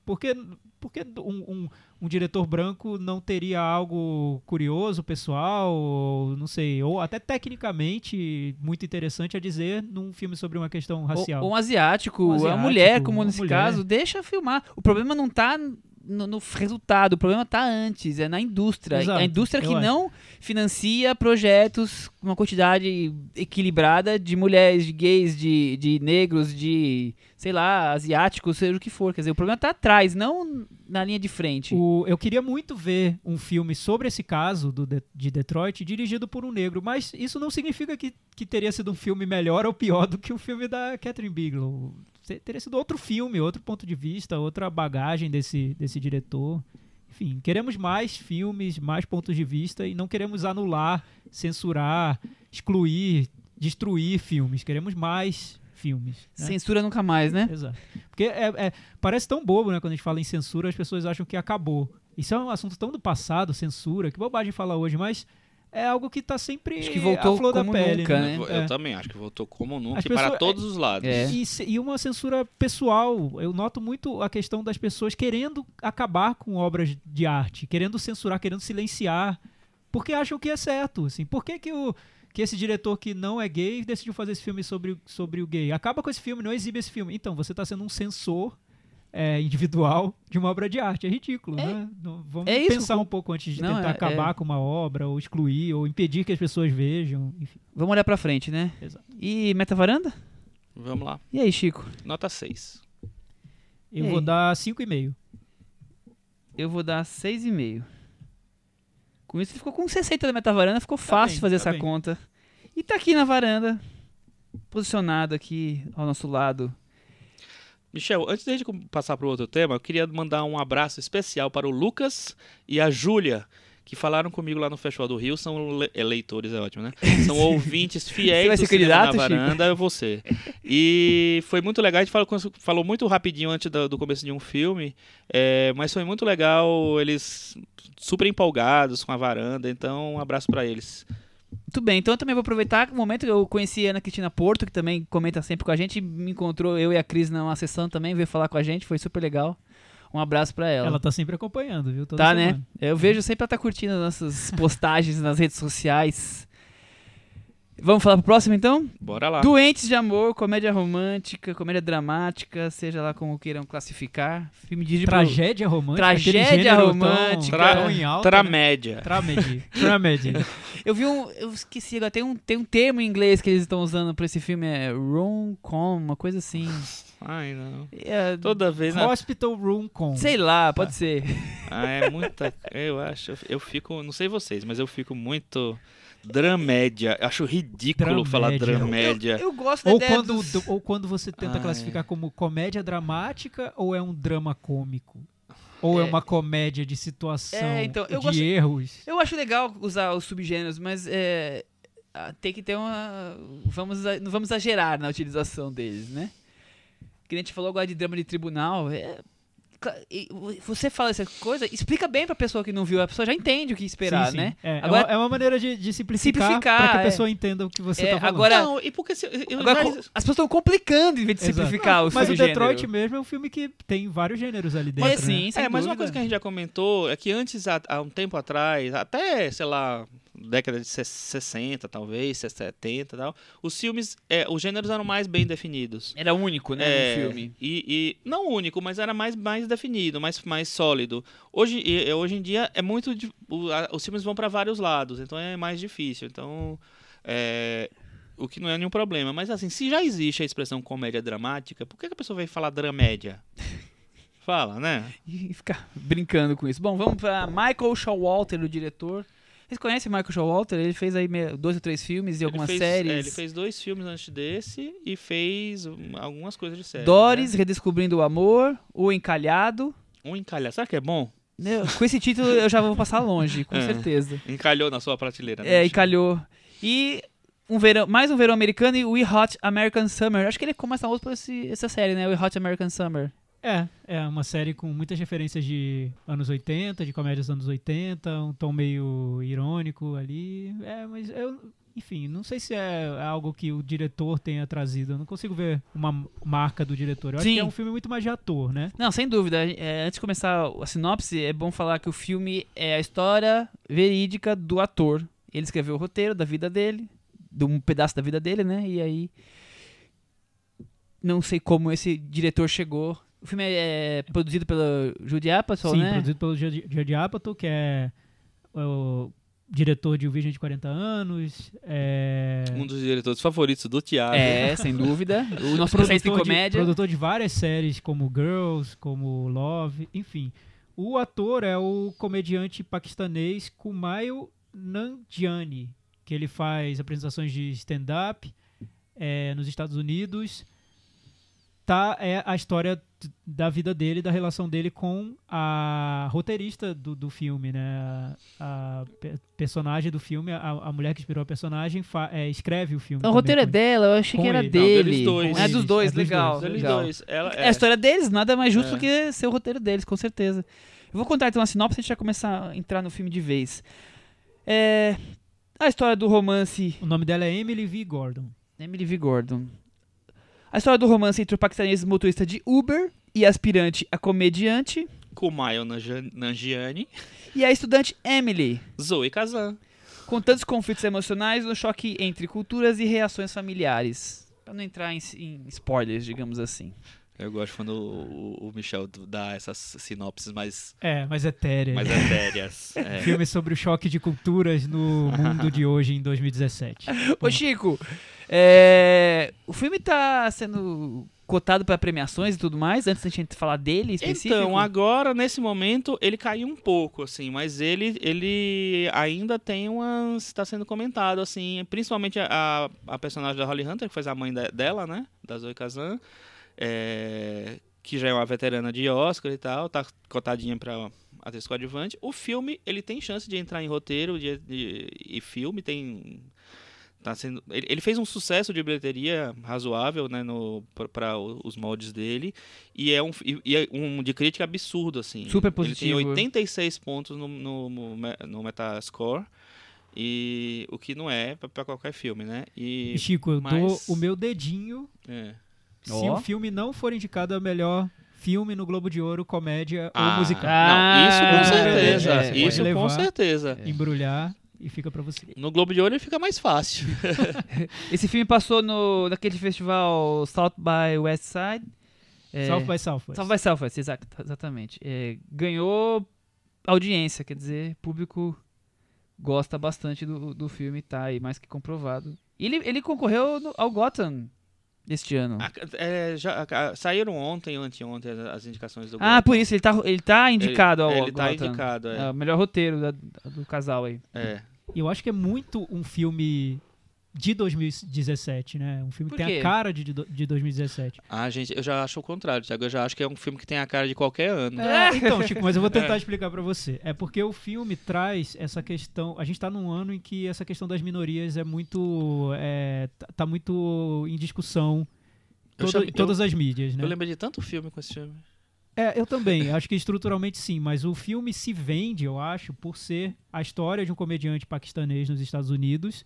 Por que, por que um, um, um diretor branco não teria algo curioso, pessoal, ou, não sei, ou até tecnicamente muito interessante a dizer num filme sobre uma questão racial? Ou, ou um asiático, Um uma asiático, mulher, como uma nesse mulher. caso, deixa filmar. O problema não tá no, no resultado, o problema tá antes, é na indústria. Exato, A indústria que eu acho. não financia projetos com uma quantidade equilibrada de mulheres, de gays, de, de negros, de, sei lá, asiáticos, seja o que for. Quer dizer, o problema tá atrás, não na linha de frente. O- eu queria muito ver um filme sobre esse caso do de, de Detroit dirigido por um negro, mas isso não significa que, que teria sido um filme melhor ou pior do que o filme da Catherine Bigelow. Se- Teria sido outro filme, outro ponto de vista, outra bagagem desse, desse diretor. Enfim, queremos mais filmes, mais pontos de vista e não queremos anular, censurar, excluir, destruir filmes. Queremos mais filmes. Né? Censura nunca mais, né? Exato. Porque é, é- parece tão bobo, né? Quando a gente fala em censura, as pessoas acham que acabou. Isso é um assunto tão do passado, censura, que bobagem falar hoje, mas é algo que tá sempre Acho que voltou à flor da como pele. nunca, né? né? Eu É. também acho que voltou como nunca As e para pessoas- todos os lados. É. E, se- e uma censura pessoal. Eu noto muito a questão das pessoas querendo acabar com obras de arte, querendo censurar, querendo silenciar, porque acham que é certo. Assim. Por que, que, o, que esse diretor que não é gay decidiu fazer esse filme sobre, o- sobre o gay? Acaba com esse filme, não exibe esse filme. Então, você está sendo um censor é, individual de uma obra de arte. É ridículo, É- né? Não- vamos é isso, pensar com- um pouco antes de Não, tentar é- acabar é. com uma obra, ou excluir, ou impedir que as pessoas vejam. Enfim. Vamos olhar pra frente, né? Exato. E Meta Varanda? Vamos lá. E aí, Chico? Nota seis. Eu E vou aí? dar cinco e meio. Eu vou dar seis e meio. Com isso, ficou com sessenta da Meta Varanda, ficou fácil bem, fazer tá essa bem. conta. E tá aqui na varanda, posicionado aqui ao nosso lado. Michel, antes de a gente passar para o outro tema, eu queria mandar um abraço especial para o Lucas e a Júlia, que falaram comigo lá no Festival do Rio, são le- eleitores, é ótimo, né? São ouvintes Você fiéis vai do ser Cinema na candidato, Chico? Varanda, é você. E foi muito legal, a gente falou, falou muito rapidinho antes do, do começo de um filme, é, mas foi muito legal, eles super empolgados com a varanda, então um abraço para eles. Muito bem, então eu também vou aproveitar o momento que eu conheci a Ana Cristina Porto, que também comenta sempre com a gente, me encontrou, eu e a Cris numa sessão também, veio falar com a gente, foi super legal. Um abraço pra ela. Ela tá sempre acompanhando, viu? Toda Tá, né? semana. Eu vejo sempre ela tá curtindo as nossas postagens nas redes sociais. Vamos falar pro próximo, então? Bora lá. Doentes de Amor, comédia romântica, comédia dramática, seja lá como queiram classificar. Filme dirigido por... Tragédia romântica. Tragédia aquele gênero tão- romântica. Tão, em alta. né? Tramédia. Tramedy. Tramedy. Eu vi um... Eu esqueci agora, tem um, tem um termo em inglês que eles estão usando pra esse filme, é rom-com, uma coisa assim. Ai, não. É, Toda vez... né? Hospital Room Com. sei lá, pode ser. Ah, é muita... Eu acho... Eu fico... Não sei vocês, mas eu fico muito... Dramédia. Acho ridículo falar Dramédia. dramédia. Eu, eu gosto da Ou ideia quando, dos- do- ou quando você tenta Ai. classificar como comédia dramática ou é um drama cômico? Ou é, É. uma comédia de situação, É, então, eu de gosto- erros? Eu acho legal usar os subgêneros, mas é, ah, tem que ter uma... Vamos, a- não vamos exagerar na utilização deles, né? Que a gente falou agora de drama de tribunal. É, cla- e você fala essa coisa, explica bem pra pessoa que não viu, a pessoa já entende o que esperar, Sim, sim. né? É, é Agora- uma, é uma maneira de, de simplificar, Simplificar, para que a é. pessoa entenda o que você É, tá falando. agora- Não, e porque... Se, eu Agora, já- co- as pessoas estão complicando em vez de Exato. simplificar o Mas o subgênero. Detroit mesmo é um filme que tem vários gêneros ali dentro. Mas sim, né? sem É, mas uma dúvida. coisa que a gente já comentou é que antes, há, há um tempo atrás, até, sei lá, década de se- sessenta, talvez, setenta e tal, os filmes, é, os gêneros eram mais bem definidos. Era único, né, É, no filme. E, e não único, mas era mais, mais definido, mais, mais sólido. Hoje, e- hoje em dia é muito. di- o- a- os filmes vão para vários lados, então é mais difícil. Então. é, o que não é nenhum problema. Mas assim, se já existe a expressão comédia dramática, por que que a pessoa vai falar dramédia? Fala, né? E ficar brincando com isso. Bom, vamos pra Michael Showalter, o diretor. Vocês conhecem Michael Showalter? Ele fez aí me- dois ou três filmes e algumas ele fez, séries. é, ele fez dois filmes antes desse e fez um, algumas coisas de série. Doris, Né? Redescobrindo o Amor, O Encalhado. Um encalhar. Será que é bom? Né, com esse título eu já vou passar longe, com É. certeza. Encalhou na sua prateleira. né, É, Michel? encalhou. E um verão, mais um verão americano e We Hot American Summer. Acho que ele é mais famoso por esse, essa série, né? We Hot American Summer. É, é uma série com muitas referências de anos oitenta, de comédias dos anos oitenta, um tom meio irônico ali. É, mas eu enfim, não sei se é algo que o diretor tenha trazido. Eu não consigo ver uma marca do diretor. Eu acho Sim. que é um filme muito mais de ator, né? Não, sem dúvida. É, antes de começar a sinopse, é bom falar que o filme é a história verídica do ator. Ele escreveu o roteiro da vida dele, de um pedaço da vida dele, né? E aí, não sei como esse diretor chegou. O filme é, é produzido pelo Judd Apatow, Sim, né? produzido pelo Judd Apatow, que é o diretor de O Virgem de quarenta anos. É... Um dos diretores favoritos do Thiago. É, sem dúvida. O nosso produtor especialista em de, comédia. produtor de várias séries, como Girls, como Love, enfim. O ator é o comediante paquistanês Kumail Nanjiani, que ele faz apresentações de stand-up é, nos Estados Unidos. Tá, é a história da vida dele, da relação dele com a roteirista do, do filme, né? A, a pe- personagem do filme, a, a mulher que inspirou a personagem, fa- é, escreve o filme. Então, o roteiro é também dela, eu achei com que era ele. Não, dele. deles dois. É dos Eles, dois, é dos legal. dois. Eles legal. dois. Ela, É a história deles, nada mais justo É. do que ser o roteiro deles, com certeza. Eu vou contar então a sinopse e a gente vai começar a entrar no filme de vez. É... A história do romance... O nome dela é Emily V. Gordon. Emily V. Gordon. A história do romance entre o paquistanês motorista de Uber e aspirante a comediante Kumail Nanjian- Nanjiani, e a estudante Emily, Zoe Kazan. com tantos conflitos emocionais no choque entre culturas e reações familiares. Pra não entrar em, em spoilers, digamos assim. Eu gosto quando o, o Michel dá essas sinopses mais, É, mais etérea. mais etéreas. É. Filme sobre o choque de culturas no mundo de hoje, em dois mil e dezessete. Ô Chico, é, o filme tá sendo cotado para premiações e tudo mais, antes da gente falar dele em específico? Então, agora, nesse momento, ele caiu um pouco, assim, mas ele, ele ainda tem umas... Está sendo comentado, assim, principalmente a, a personagem da Holly Hunter, que faz a mãe de- dela, né, da Zoe Kazan, é, que já é uma veterana de Oscar e tal, tá cotadinha para atriz coadjuvante. O filme, ele tem chance de entrar em roteiro de, de- e filme, tem... Tá sendo, ele, ele fez um sucesso de bilheteria razoável, né, para os moldes dele, e é um, e, e é um de crítica absurdo, assim. Super positivo. Ele tem oitenta e seis pontos no, no, no Metascore, e o que não é para qualquer filme, né? E, E, Chico, eu mas- dou o meu dedinho é. se Ó. o filme não for indicado a melhor filme no Globo de Ouro, comédia Ah, ou musical. Não, isso com Ah, certeza. é, é, isso pode com levar. certeza. Embrulhar e fica pra você. No Globo de Ouro ele fica mais fácil. Esse filme passou no, naquele festival South by West Side. É, South by Southwest. South by Southwest, exato, exatamente. É, ganhou audiência, quer dizer, público gosta bastante do, do filme, tá aí mais que comprovado. E ele, ele concorreu no- ao Gotham deste ano. A- é, já, a- saíram ontem ou anteontem as, as indicações do Ah, Gotham. por isso, ele tá, ele tá indicado ao Ele tá Gotham. indicado, é. É, o melhor roteiro da- do casal aí. É. E eu acho que é muito um filme de dois mil e dezessete, né? Um filme Por que tem quê? a cara de, de dois mil e dezessete. Ah, gente, eu já acho o contrário, Thiago. Eu já acho que é um filme que tem a cara de qualquer ano. É, então, Chico, mas eu vou tentar explicar pra você. É porque o filme traz essa questão. A gente tá num ano em que essa questão das minorias é muito. É, tá, tá muito em discussão Eu todo- chamo- em todas as mídias, né? Eu lembrei de tanto filme com esse filme. É, eu também. Acho que estruturalmente sim, mas o filme se vende, eu acho, por ser a história de um comediante paquistanês nos Estados Unidos,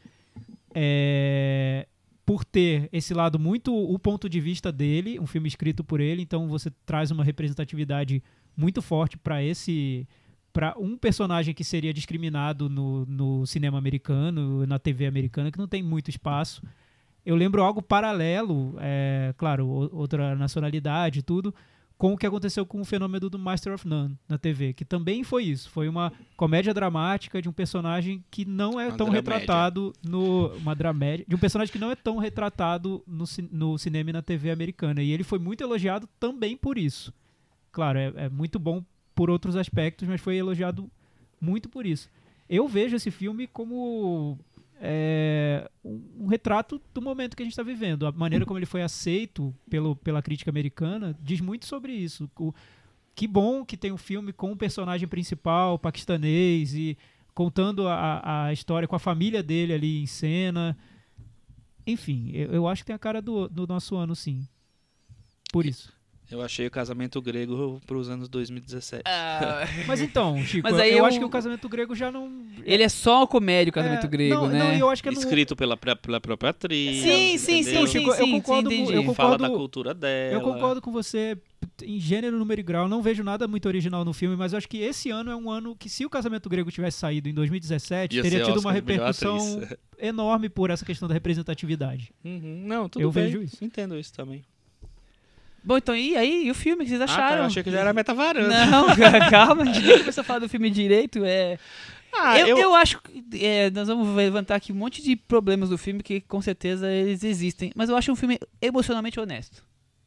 é, por ter esse lado muito o ponto de vista dele, um filme escrito por ele, então você traz uma representatividade muito forte para esse para um personagem que seria discriminado no, no cinema americano, na T V americana, que não tem muito espaço. Eu lembro algo paralelo, é, claro, o- outra nacionalidade e tudo, com o que aconteceu com o fenômeno do Master of None na T V, que também foi isso. Foi uma comédia dramática de um personagem que não é Uma tão dramédia. retratado no... Uma dramédia. De um personagem que não é tão retratado no, ci- no cinema e na T V americana. E ele foi muito elogiado também por isso. Claro, é, é muito bom por outros aspectos, mas foi elogiado muito por isso. Eu vejo esse filme como... é, um, um retrato do momento que a gente está vivendo. A maneira como ele foi aceito pelo, pela crítica americana diz muito sobre isso. O, que bom que tem um filme com o personagem principal paquistanês e contando a, a história com a família dele ali em cena. Enfim, eu, eu acho que tem a cara do, do nosso ano, sim. Por isso. Eu achei o Casamento Grego para os anos dois mil e dezessete. Ah, Mas então, Chico, Mas eu, aí eu eu- acho que o Casamento Grego já não, Ele é só comédia, o Casamento É, Grego, não, né? Não, eu acho que é no- Escrito pela, pré- pela própria atriz. Sim, sim, entendeu? sim, Chico, sim, eu sim, concordo sim, com- entendi. eu Fala concordo- da cultura dela. Eu concordo com você em gênero, número e grau. Não vejo nada muito original no filme, mas eu acho que esse ano é um ano que, se o Casamento Grego tivesse saído em dois mil e dezessete, Ia teria ser tido Oscar uma de melhor repercussão atriz. enorme por essa questão da representatividade. Uhum. Não, tudo Eu bem. vejo isso. Entendo isso também. Bom, então, e aí? E o filme, o que vocês Ah, tá, acharam? eu achei que já era metavaranda. Não, cara, calma, a gente nem começou a falar do filme direito. É... Ah, eu, eu... eu acho que é, nós vamos levantar aqui um monte de problemas do filme que com certeza eles existem. Mas eu acho um filme emocionalmente honesto.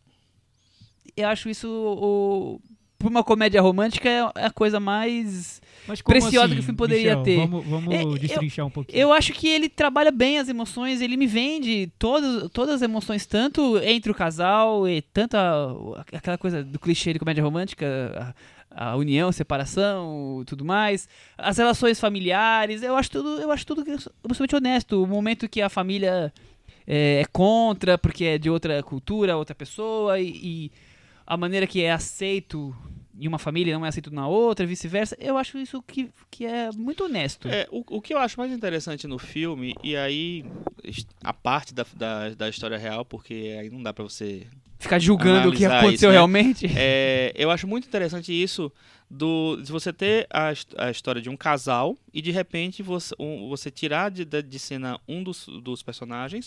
Eu acho isso, o, por uma comédia romântica, é a coisa mais Mas como preciosa assim, que o filme poderia Michel? ter. Vamos, vamos É, eu- destrinchar um pouquinho. Eu acho que ele trabalha bem as emoções, ele me vende todas, todas as emoções, tanto entre o casal e tanto a- aquela coisa do clichê de comédia romântica, a, a união, separação, tudo mais, as relações familiares, eu acho tudo, eu acho tudo absolutamente honesto. O momento que a família é, é contra, porque é de outra cultura, outra pessoa, e, e a maneira que é aceito em uma família não é aceito na outra, vice-versa, eu acho isso que, que é muito honesto. É, o, o que eu acho mais interessante no filme, e aí a parte da, da, da história real, porque aí não dá pra você... Ficar julgando o que analisar aconteceu isso, né? realmente. É, eu acho muito interessante isso do, de você ter a, his- a história de um casal e de repente você, um- você tirar de, de, de cena um dos, dos personagens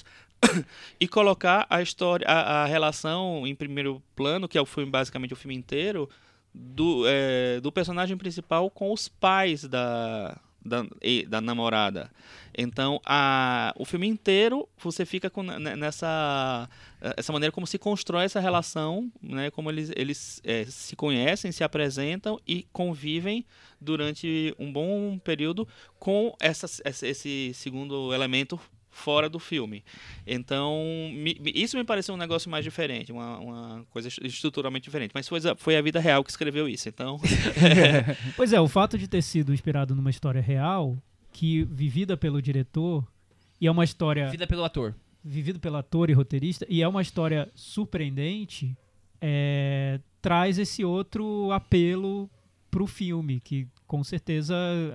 e colocar a história, a, a relação em primeiro plano, que é o filme, basicamente o filme inteiro, do, é, do personagem principal com os pais da, da, e- da namorada. Então, a, o filme inteiro você fica com, ne- nessa essa maneira como se constrói essa relação, né? Como eles, eles é, se conhecem, se apresentam e convivem durante um bom período com essa, essa- esse segundo elemento fora do filme. Então, me- me- isso me pareceu um negócio mais diferente, uma, uma coisa estruturalmente diferente. Mas foi, a- foi a vida real que escreveu isso, então... Pois é, o fato de ter sido inspirado numa história real, que vivida pelo diretor, e é uma história Vida pelo ator. vivida pelo ator e roteirista, e é uma história surpreendente, é, traz esse outro apelo pro filme, que com certeza,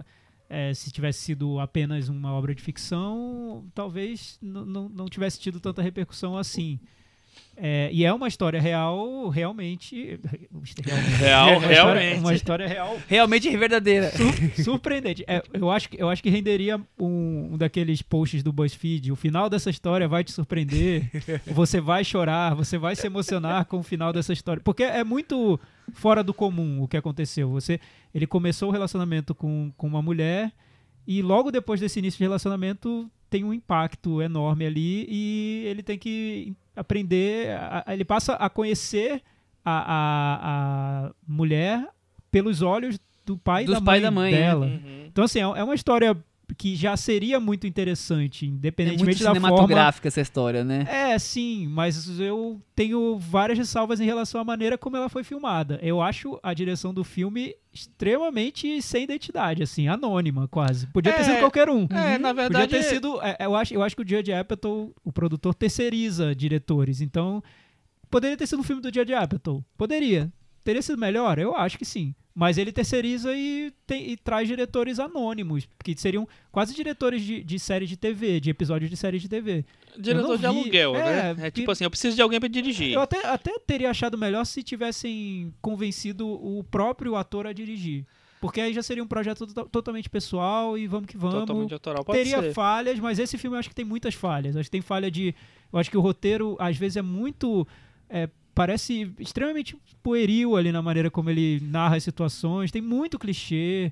é, se tivesse sido apenas uma obra de ficção, talvez n- não não tivesse tido tanta repercussão assim. É, e é uma história real, realmente. realmente Real, é uma história- realmente. uma história real Realmente verdadeira. Sur- surpreendente. É, eu, acho que, eu acho que renderia um, um daqueles posts do BuzzFeed. O final dessa história vai te surpreender. Você vai chorar, você vai se emocionar com o final dessa história. Porque é muito fora do comum o que aconteceu. Você, ele começou o relacionamento com, com uma mulher e logo depois desse início de relacionamento tem um impacto enorme ali e ele tem que aprender, a- a- ele passa a conhecer a, a, a mulher pelos olhos do pai, Dos da, pai mãe da mãe, dela. Uhum. Então, assim, é é uma história que já seria muito interessante, É independentemente muito da forma. cinematográfica essa história, né? É, sim, mas eu tenho várias ressalvas em relação à maneira como ela foi filmada. Eu acho a direção do filme extremamente sem identidade, assim, anônima quase. Podia ter É, sido qualquer um. é, na Podia verdade... ter sido. é, eu, acho, eu acho que o Judd Apatow, o produtor, terceiriza diretores. Então, poderia ter sido um filme do Judd Apatow. Poderia. Teria sido melhor? Eu acho que sim. Mas ele terceiriza e, tem- e traz diretores anônimos, que seriam quase diretores de, de séries de T V, de episódios de séries de T V. Diretor Eu de não vi. aluguel, É, né? É que- tipo assim, eu preciso de alguém pra dirigir. Eu até, até teria achado melhor se tivessem convencido o próprio ator a dirigir. Porque aí já seria um projeto to- totalmente pessoal e vamos que vamos. Totalmente autoral, pode Teria ser. falhas, mas esse filme eu acho que tem muitas falhas. Acho que tem falha de. Eu acho que o roteiro, às vezes, é muito. é, parece extremamente pueril ali na maneira como ele narra as situações. Tem muito clichê.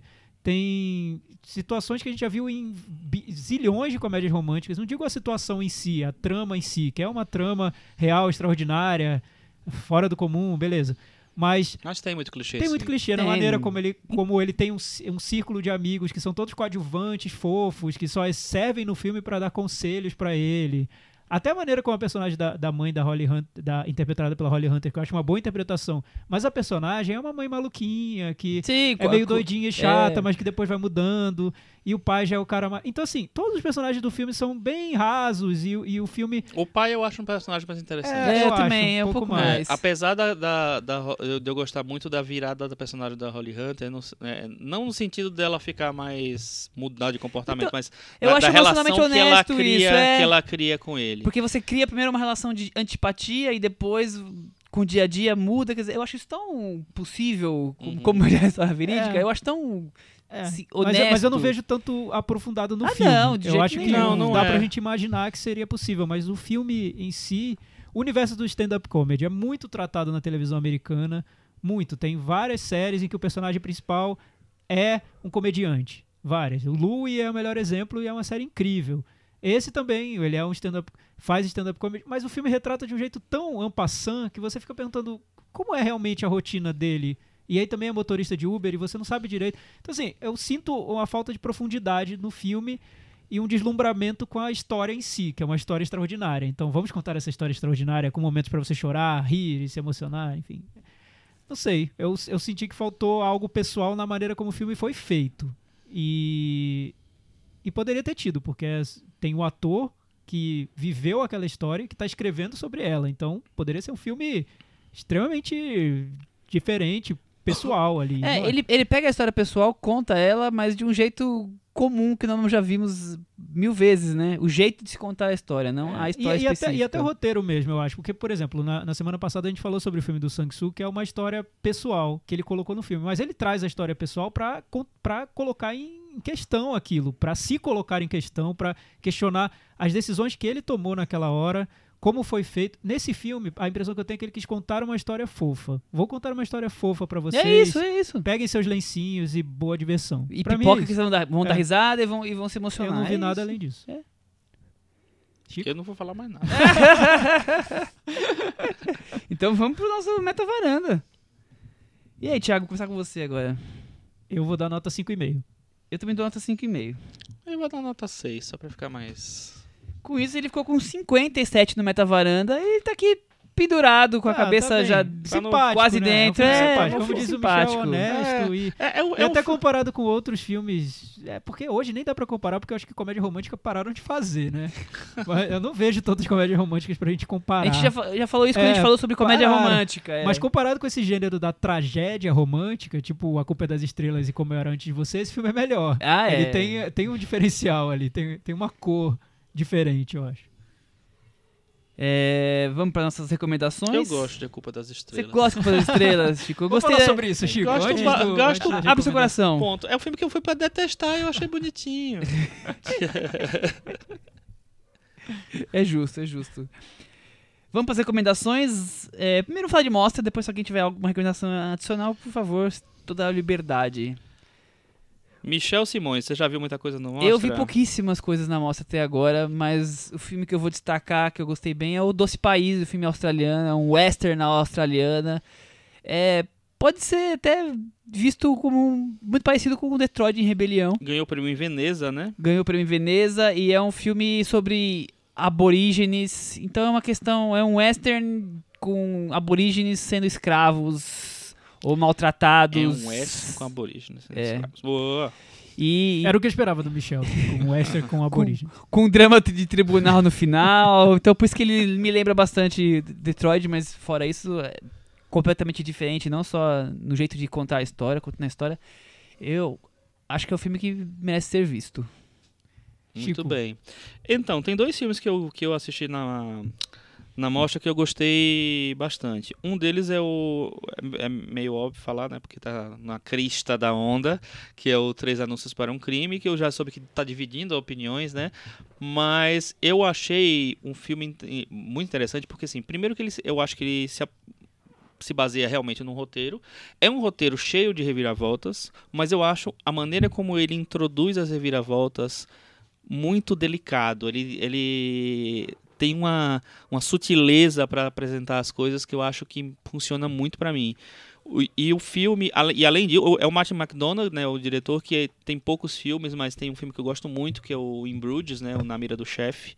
Tem situações que a gente já viu em bi- zilhões de comédias românticas. Não digo a situação em si, a trama em si, que é uma trama real, extraordinária, fora do comum, beleza. Mas Mas tem muito clichê. tem muito sim. clichê na Tem. maneira como ele, como ele tem um, ci- um círculo de amigos que são todos coadjuvantes, fofos, que só servem no filme para dar conselhos para ele. Até a maneira como a personagem da, da mãe da Holly Hunter, da, interpretada pela Holly Hunter, que eu acho uma boa interpretação. Mas a personagem é uma mãe maluquinha, que Sim, é meio doidinha e chata, é. mas que depois vai mudando. E o pai já é o cara mais... Então, assim, todos os personagens do filme são bem rasos. E, e o filme... O pai eu acho um personagem mais interessante. É, eu eu acho, também, é um pouco mais. É, apesar da, da, da, de eu gostar muito da virada da personagem da Holly Hunter, não, é, não no sentido dela ficar mais mudar de comportamento, Então, mas eu da, acho da relação que emocionalmente ela, honesto cria, isso, é. que ela cria com ele. Porque você cria primeiro uma relação de antipatia e depois, com o dia a dia, muda. Quer dizer, eu acho isso tão possível, como, Uhum. como é a história verídica. É. Eu acho tão É, se- mas, honesto. eu, mas eu não vejo tanto aprofundado no Ah, filme. não, de eu jeito acho que nenhum. Não, não dá é. pra gente imaginar que seria possível, mas o filme em si, o universo do stand-up comedy é muito tratado na televisão americana, muito. Tem várias séries em que o personagem principal é um comediante, várias. O Louie é o melhor exemplo e é uma série incrível. Esse também, ele é um stand-up, faz stand-up comedy, mas o filme retrata de um jeito tão en passant que você fica perguntando como é realmente a rotina dele. E aí também é motorista de Uber e você não sabe direito. Então, assim, eu sinto uma falta de profundidade no filme e um deslumbramento com a história em si, que é uma história extraordinária. Então, vamos contar essa história extraordinária com momentos para você chorar, rir e se emocionar, enfim. Não sei, eu, eu senti que faltou algo pessoal na maneira como o filme foi feito. E, e poderia ter tido, porque tem um ator que viveu aquela história e que está escrevendo sobre ela. Então, poderia ser um filme extremamente diferente, pessoal ali. É, não ele, ele pega a história pessoal, conta ela, mas de um jeito comum que nós já vimos mil vezes, né? O jeito de se contar a história, não a história e, e, até, específica. e até o roteiro mesmo, eu acho. Porque, por exemplo, na, na semana passada a gente falou sobre o filme do Sang-Soo, que é uma história pessoal que ele colocou no filme. Mas ele traz a história pessoal pra, pra colocar em questão aquilo, pra se colocar em questão, pra questionar as decisões que ele tomou naquela hora, como foi feito. Nesse filme, a impressão que eu tenho é que ele quis contar uma história fofa. Vou contar uma história fofa pra vocês. É isso, é isso. Peguem seus lencinhos e boa diversão. E Pra mim é pipoca isso. que vão dar, vão dar É. risada e vão, e vão se emocionar. Eu não vi É nada isso. além disso. É. Chico? Eu não vou falar mais nada. Então vamos pro nosso Meta Varanda. E aí, Thiago, vou começar com você agora. Eu vou dar nota cinco e meio. Eu também dou nota cinco e meio. Eu vou dar nota seis, só pra ficar mais... Com isso, ele ficou com cinquenta e sete no Meta Varanda e ele tá aqui pendurado, com a Ah, cabeça tá bem. já Simpático, quase né? dentro. É um filme É, simpático. é um Como filme diz o simpático. Michel, honesto. E, É, é, o- e é até o- comparado com outros filmes... É porque hoje nem dá pra comparar, porque eu acho que comédia romântica pararam de fazer, né? Mas eu não vejo tantas comédias românticas pra gente comparar. A gente já, fa- já falou isso quando a É, gente falou sobre comédia pararam. romântica. é. Mas comparado com esse gênero da tragédia romântica, tipo A Culpa é das Estrelas e Como Eu Era Antes de Você, esse filme é melhor. Ah, é. Ele tem, tem um diferencial ali, tem, tem uma cor diferente, eu acho. É, vamos para nossas recomendações. Eu gosto de A Culpa das Você Estrelas. gosta de Culpa das Estrelas, Chico? Eu Vamos gostei. falar da- sobre isso, Chico. Gosto antes ba- do, gosto- antes da Abre seu recomendação. coração. Ponto. É um filme que eu fui pra detestar e eu achei bonitinho. É justo, é justo. Vamos para as recomendações. É, primeiro falar de mostra, depois se alguém tiver alguma recomendação adicional, por favor, toda a liberdade. Michel Simões, você já viu muita coisa no Mostra? Eu vi pouquíssimas coisas na mostra até agora, mas o filme que eu vou destacar, que eu gostei bem, é o Doce País, o filme australiano, é um western australiana. É, pode ser até visto como muito parecido com o Detroit em Rebelião. Ganhou o prêmio em Veneza, né? Ganhou o prêmio em Veneza e é um filme sobre aborígenes. Então é uma questão, é um western com aborígenes sendo escravos ou maltratados. É um western com aborígenes. É. Boa. E Era o que eu esperava do Michel, um western com aborígenes. com drama de tribunal no final. Então por isso que ele me lembra bastante Detroit, mas fora isso é completamente diferente, não só no jeito de contar a história, quanto na história. Eu acho que é um filme que merece ser visto. Muito Chico. bem. Então, tem dois filmes que eu, que eu assisti na, na mostra que eu gostei bastante. Um deles é o... É, é meio óbvio falar, né? Porque tá na crista da onda, que é o Três Anúncios para um Crime, que eu já soube que tá dividindo opiniões, né? Mas eu achei um filme in- muito interessante, porque, assim, primeiro que ele, se- eu acho que ele se... ap- se baseia realmente num roteiro. É um roteiro cheio de reviravoltas, mas eu acho a maneira como ele introduz as reviravoltas muito delicado. Ele, ele tem uma, uma sutileza para apresentar as coisas que eu acho que funciona muito para mim. O- E o filme, ale- e além disso, é o Martin McDonagh, né, o diretor, que tem poucos filmes, mas tem um filme que eu gosto muito, que é o In Bruges, né, o Na Mira do Chefe.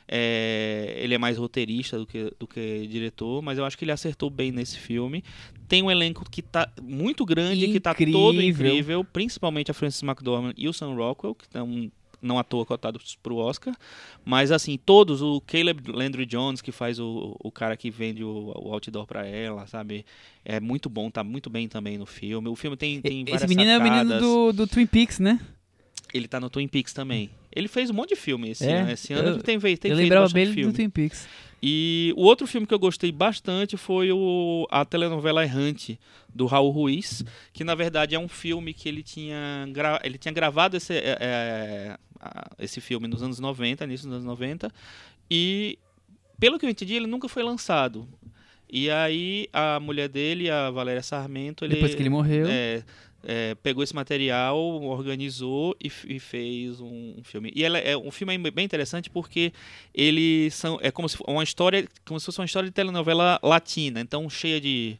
É, ele é mais roteirista do que, do que diretor, mas eu acho que ele acertou bem nesse filme. Tem um elenco que tá muito grande, que tá todo incrível, principalmente a Frances McDormand e o Sam Rockwell, que estão não à toa cotados pro Oscar. Mas assim, todos, o Caleb Landry Jones, que faz o, o cara que vende o, o outdoor pra ela, sabe? É muito bom, tá muito bem também no filme. O filme tem, tem várias Esse menino sacadas. é o menino do, do Twin Peaks, né? Ele tá no Twin Peaks também. Ele fez um monte de filme esse É, ano. Esse ano eu- ele tem, fe- tem eu feito lembrava bastante bem filme. do Twin Peaks. E o outro filme que eu gostei bastante foi o, a telenovela Errante, do Raul Ruiz, que na verdade é um filme que ele tinha, gra, ele tinha gravado esse, é, é, a- esse filme nos anos noventa, início dos anos noventa, e pelo que eu entendi, ele nunca foi lançado. E aí a mulher dele, a Valéria Sarmento, ele, Depois que ele morreu. é, é, pegou esse material, organizou e, f- e fez um, um filme. E ela é um filme bem interessante porque ele são é como se fo- uma história, como se fosse uma história de telenovela latina, então cheia de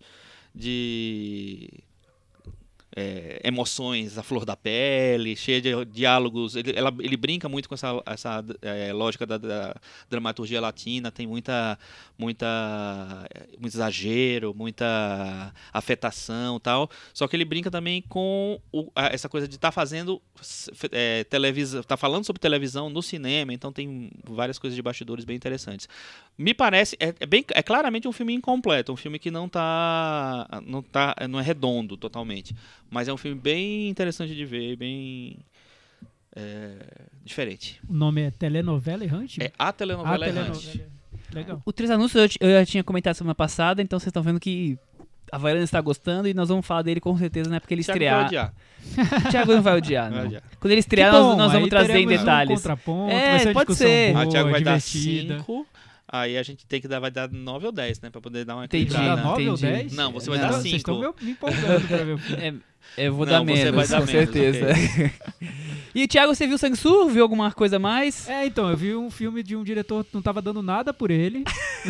de é, emoções à flor da pele, cheia de diálogos. Ele, ela- ele brinca muito com essa, essa é, lógica da, da dramaturgia latina, tem muita, muita, muito exagero, muita afetação e tal. Só que ele brinca também com o- a- essa coisa de estar fazendo é, televisão, tá falando sobre televisão no cinema, então tem várias coisas de bastidores bem interessantes. Me parece, é, é bem, é claramente um filme incompleto, um filme que não tá, não tá, não é redondo totalmente, mas é um filme bem interessante de ver, bem é, diferente. O nome é Telenovela Errante? É a Ah, telenovela Errante. telenovela. Legal. O Três Anúncios eu, t- eu já tinha comentado semana passada, então vocês estão vendo que a Varanda está gostando e nós vamos falar dele com certeza, né? Porque ele Thiago vai estrear. odiar. O Thiago não vai odiar, Vai não. odiar. Quando ele Que estrear, bom, nós, nós vamos aí trazer em teremos detalhes. Um contraponto, É, vai ser uma pode discussão ser. boa, A Thiago vai dar divertida. cinco, aí a gente tem que dar, vai dar nove ou dez, né? Pra poder dar uma Entendi. Vai dar equilibrada. nove ou entendi. dez? Não, você vai Não, dar Vocês cinco. estão me, me empolgando pra ver o filme. É, eu vou Não, dar você menos, vai dar com menos, certeza. E Thiago, você viu Sangue-Sur? Viu alguma coisa a mais? É, então, eu vi um filme de um diretor que não tava dando nada por ele.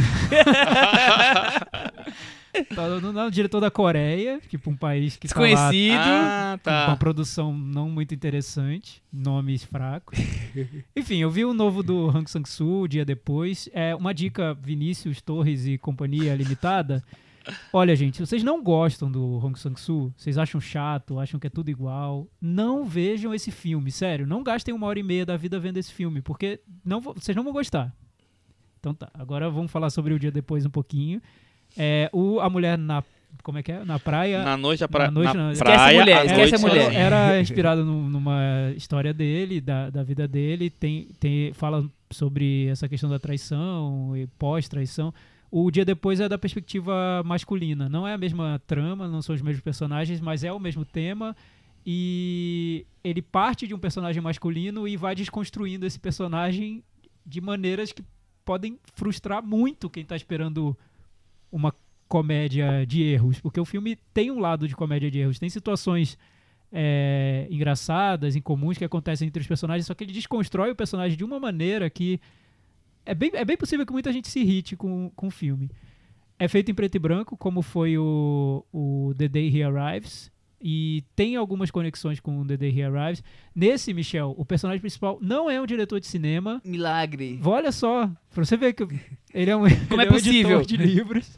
Tava dando nada, um diretor da Coreia, tipo um país que tá lá Desconhecido. Ah, com uma tá. produção não muito interessante, nomes fracos. Enfim, eu vi o novo do Hang Sang-soo, dia depois. É uma dica, Vinícius Torres e Companhia Limitada. Olha, gente, se vocês não gostam do Hong Sang-soo, vocês acham chato, acham que é tudo igual, não vejam esse filme, sério. Não gastem uma hora e meia da vida vendo esse filme, porque não, vo- vocês não vão gostar. Então tá, agora vamos falar sobre o dia depois um pouquinho. É, o, a mulher na... Como é que é? Na praia... Na noite, a pra... Na noite, na não. Esquece a praia, mulher, à esquece a noite, mulher. sozinho. Era inspirado num- numa história dele, da, da vida dele. Tem, tem, fala sobre essa questão da traição e pós-traição. O dia depois é da perspectiva masculina. Não é a mesma trama, não são os mesmos personagens, mas é o mesmo tema. E ele parte de um personagem masculino e vai desconstruindo esse personagem de maneiras que podem frustrar muito quem está esperando uma comédia de erros, porque o filme tem um lado de comédia de erros, tem situações é, engraçadas, incomuns que acontecem entre os personagens, só que ele desconstrói o personagem de uma maneira que é bem, é bem possível que muita gente se irrite com, com o filme. É feito em preto e branco, como foi o, o The Day He Arrives, e tem algumas conexões com o The Day He Arrives. Nesse, Michel, o personagem principal não é um diretor de cinema. Milagre. Olha só, pra você ver que ele é um, Como ele é um possível? editor de livros.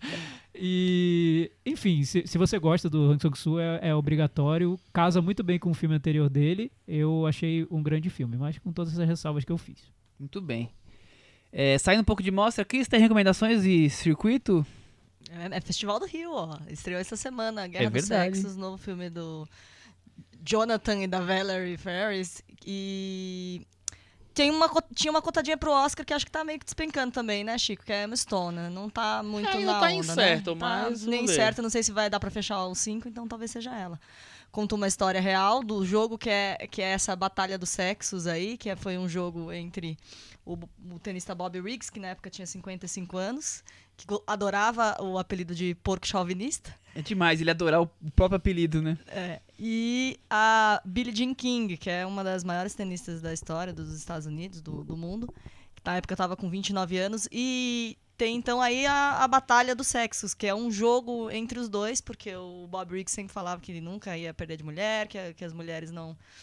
E, enfim, se, se você gosta do Hang Sang-soo, é, é obrigatório. Casa muito bem com o filme anterior dele. Eu achei um grande filme, mas com todas essas ressalvas que eu fiz. Muito bem. É, saindo um pouco de mostra, Cris, tem recomendações de circuito? É, é Festival do Rio, ó. Estreou essa semana, Guerra É dos verdade. Sexos, novo filme do Jonathan e da Valerie Faris. E tem uma, co- tinha uma cotadinha pro Oscar que acho que tá meio que despencando também, né, Chico? Que é Emma Stone, né? Não tá muito É, ainda na tá onda, incerto, né? mas Tá vamos nem ver. certo, não sei se vai dar pra fechar os cinco, então talvez seja ela. Conta uma história real do jogo que é, que é essa batalha dos sexos aí, que é- foi um jogo entre o, o tenista Bobby Riggs, que na época tinha cinquenta e cinco anos, que go- adorava o apelido de porco chauvinista, É demais, ele adorar o próprio apelido, né? é, e a Billie Jean King, que é uma das maiores tenistas da história dos Estados Unidos, do, do mundo, que na época estava com vinte e nove anos, e tem então aí a, a Batalha dos Sexos, que é um jogo entre os dois, porque o Bob Riggs sempre falava que ele nunca ia perder de mulher, que, a- que as mulheres não,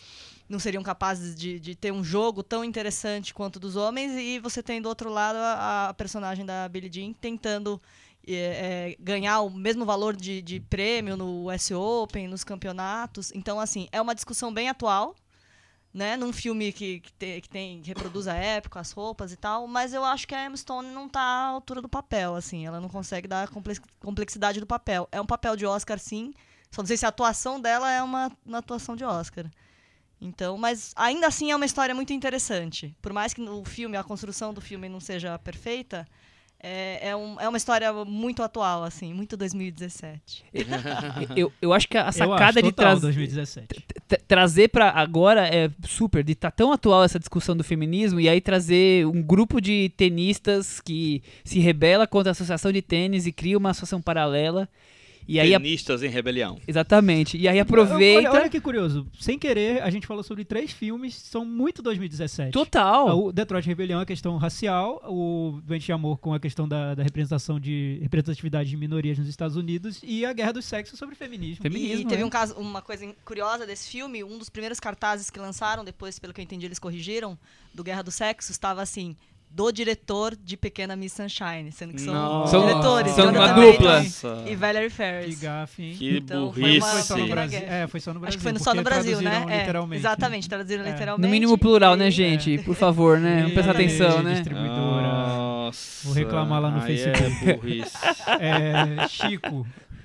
não seriam capazes de, de ter um jogo tão interessante quanto dos homens, e você tem do outro lado a, a personagem da Billie Jean tentando é, é, ganhar o mesmo valor de, de prêmio no U S Open, nos campeonatos. Então, assim, é uma discussão bem atual, né, num filme que, que, te, que, tem, que reproduz a época, as roupas e tal, mas eu acho que a Emma Stone não está à altura do papel, assim, ela não consegue dar a complexidade do papel. É um papel de Oscar, sim, só não sei se a atuação dela é uma, uma atuação de Oscar. Então, mas ainda assim é uma história muito interessante. Por mais que o filme, a construção do filme não seja perfeita, É, é, um, é uma história muito atual, assim, muito dois mil e dezessete. eu, eu acho que a sacada eu acho, de total, trazer dois mil e dezessete. trazer pra agora é super, de estar tá tão atual essa discussão do feminismo, e aí trazer um grupo de tenistas que se rebela contra a associação de tênis e cria uma associação paralela. E aí, Tenistas em rebelião. Exatamente. E aí aproveita... Olha, olha que curioso. Sem querer, a gente falou sobre três filmes, são muito dois mil e dezessete. Total. O Detroit Rebelião é a questão racial, o Doente de Amor com a questão da, da representação de representatividade de minorias nos Estados Unidos, e a Guerra dos Sexos sobre feminismo. Feminismo, e teve é. um caso, uma coisa curiosa desse filme, um dos primeiros cartazes que lançaram, depois, pelo que eu entendi, eles corrigiram, do Guerra dos Sexos, estava assim... do diretor de Pequena Miss Sunshine, sendo que são Nossa. diretores. São Jonathan uma dupla. Bailey e Valerie Que Ferris. gafe, hein? Que Então, foi burrice. uma Foi só no pequena Brasil. guerra. É, foi só no Brasil. Acho que foi porque só no Brasil, né? traduziram É, literalmente. exatamente, traduziram É. literalmente. No mínimo plural, e né, aí- gente? Por favor, né? Vamos prestar E- atenção, né? Distribuidora. Nossa. Vou reclamar lá no aí Facebook. É burrice. É, Chico,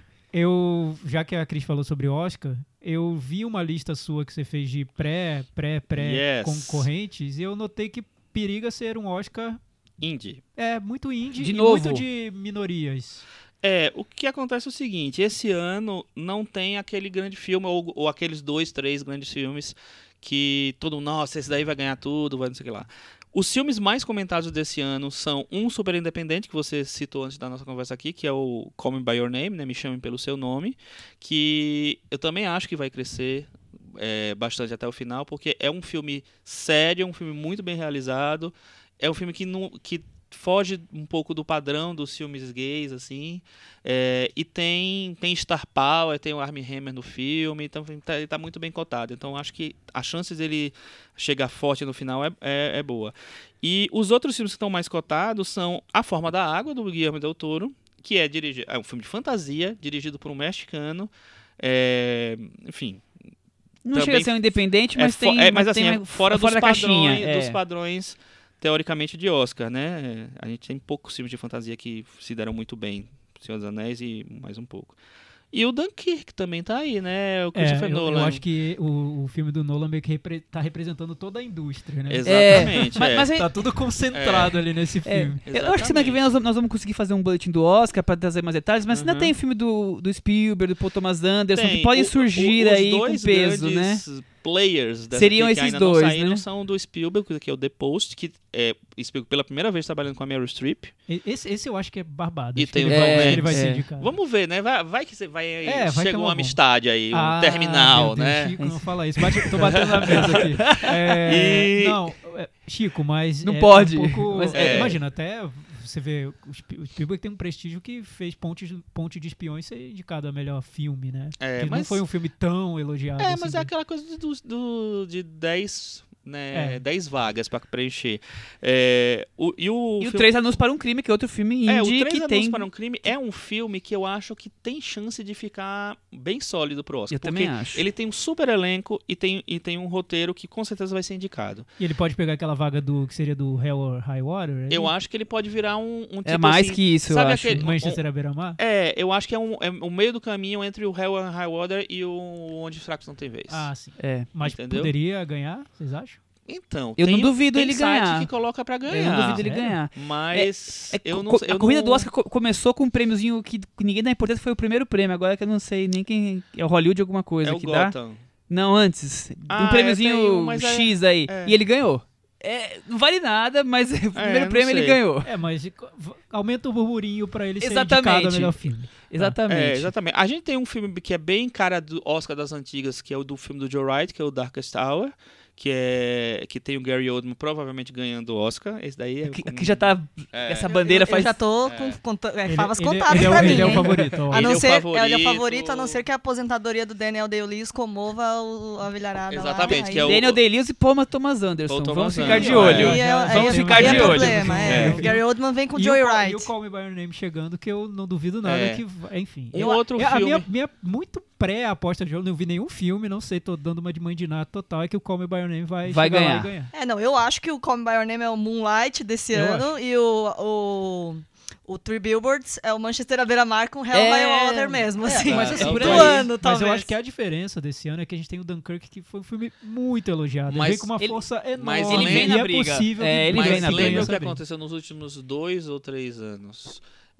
eu, já que a Cris falou sobre Oscar, eu vi uma lista sua que você fez de pré, pré, pré Yes. concorrentes, e eu notei que periga ser um Oscar Indie. é muito indie De e novo. muito de minorias. É, o que acontece é o seguinte, esse ano não tem aquele grande filme, ou, ou aqueles dois, três grandes filmes que todo mundo, nossa, esse daí vai ganhar tudo, vai não sei o que lá. Os filmes mais comentados desse ano são um super independente, que você citou antes da nossa conversa aqui, que é o Call Me By Your Name, né, Me Chame Pelo Seu Nome, que eu também acho que vai crescer é, bastante até o final, porque é um filme sério, é um filme muito bem realizado, é um filme que, não, que foge um pouco do padrão dos filmes gays, assim, é, e tem, tem Star Power, tem o Armie Hammer no filme, então tá, ele tá muito bem cotado. Então acho que a chance dele chegar forte no final é, é, é boa. E os outros filmes que estão mais cotados são A Forma da Água, do Guillermo del Toro, que é, dirigi- é um filme de fantasia, dirigido por um mexicano, é, enfim... Não Também chega a ser um independente, mas é fo- tem... é, mas assim, tem é uma- fora, dos, da padrões, caixinha. é. dos padrões, teoricamente, de Oscar, né? A gente tem poucos filmes de fantasia que se deram muito bem. Senhor dos Anéis e mais um pouco. E o Dunkirk também tá aí, né? O É, Christopher eu, Nolan. eu acho que o, o filme do Nolan meio que repre, tá representando toda a indústria, né? Exatamente. mas- é. mas aí- Tá tudo concentrado ali nesse É, filme. eu acho que semana que vem nós vamos, nós vamos conseguir fazer um boletim do Oscar pra trazer mais detalhes, mas ainda Uhum. tem o filme do, do Spielberg, do Paul Thomas Anderson, Tem. que podem O- surgir o- os aí com dois peso, né? grandes players dessa Seriam aqui que esses ainda dois, não saíram né? são do Spielberg, que é o The Post, que é Spielberg pela primeira vez trabalhando com a Meryl Streep. E- Esse, esse eu acho que é barbado. E Acho tem que o ele, Tom vai- Hanks. ele vai ser É. indicado. Vamos ver, né? Vai, vai que você vai. É, vai que é chega uma uma boa. amistade aí, um Ah, terminal, meu Deus, né? Chico, não fala isso. Bate, tô batendo na mesa aqui. É, E- Não, é, Chico, mas. Não é pode, Um pouco, mas é, é. Imagina, até você vê. O Spi- o Spielberg tem um prestígio que fez Ponte, Ponte de Espiões ser indicado a melhor filme, né? É, Que não mas- foi um filme tão elogiado. É, assim, mas é aquela coisa do, do- de dez, né, É. dez vagas pra preencher. É, o, e o, E o filme- Três Anúncios para um Crime, que é outro filme é, o indie Três que Anúncios tem... para um Crime é um filme que eu acho que tem chance de ficar bem sólido pro Oscar. Eu porque também acho. ele tem um super elenco e tem, e tem um roteiro que com certeza vai ser indicado. E ele pode pegar aquela vaga do que seria do Hell or High Water? Eu acho que ele pode virar um, um tipo É mais assim, que isso, eu sabe acho. aquele- Manchester à beira-mar? É, eu acho que é, um, é o meio do caminho entre o Hell and High Water e o Onde os Fracos Não Tem Vez. Ah, sim. É. Mas Entendeu? poderia ganhar, vocês acham? Então, Eu tem, não duvido tem ele site ganhar. que coloca pra ganhar. Eu não duvido ele sério? ganhar. Mas É, eu co- não co- eu a corrida não- do Oscar co- começou com um prêmiozinho que que ninguém dá importância, foi o primeiro prêmio. Agora que eu não sei nem quem... É o Hollywood alguma coisa é o que dá. Gotham. Não, antes. Ah, um prêmiozinho é, tem um, mas é- X aí. é. E ele ganhou. É, não vale nada, mas o primeiro não prêmio ele sei. ganhou. É, mas v- aumenta o burburinho pra ele ser Exatamente. indicado a melhor filme. Exatamente. É, exatamente. A gente tem um filme que é bem cara do Oscar das antigas, que é o do filme do Joe Wright, que é o Darkest Hour, que é que tem o Gary Oldman provavelmente ganhando o Oscar. Esse daí é Aqui, como- aqui já tá. é, Essa bandeira eu, eu faz. já tô com, com é, Ele- favas ele- contadas ele é o- pra mim. Ele é o hein? favorito. ó. A não Ele é o ser, favorito. ele é o favorito, a não ser que a aposentadoria do Daniel Day-Lewis comova o, a vilharada lá. Exatamente, que é o- Daniel Day-Lewis e Paul Thomas Anderson. Paul Thomas Vamos ficar de Anderson, olho. é. Aí é- Vamos aí é- ficar aí é de olho. problema, é. É. O Gary Oldman vem com o E Joey o, Call- Wright. E o Call Me By Your Name chegando, que eu não duvido nada É. que... vai- Enfim. Um eu, outro eu- a filme- minha, minha muito pré-aposta de jogo, não vi nenhum filme, não sei, tô dando uma de mandinata total, é que o Call Me By Your Name vai, Vai chegar lá ganhar. e ganhar. É, não, eu acho que o Call Me By Your Name é o Moonlight desse Eu ano e o, o, o Three Billboards é o Manchester à beira-mar com Hell É, by Water mesmo, é, assim. mas assim, do por aí. ano, Mas talvez. eu acho que a diferença desse ano é que a gente tem o Dunkirk, que foi um filme muito elogiado. Ele Mas vem com uma ele- força enorme. mas ele vem e na é briga. possível É, que ele Mas vem na que briga. lembra o que ganhe essa aconteceu nos últimos dois ou três anos?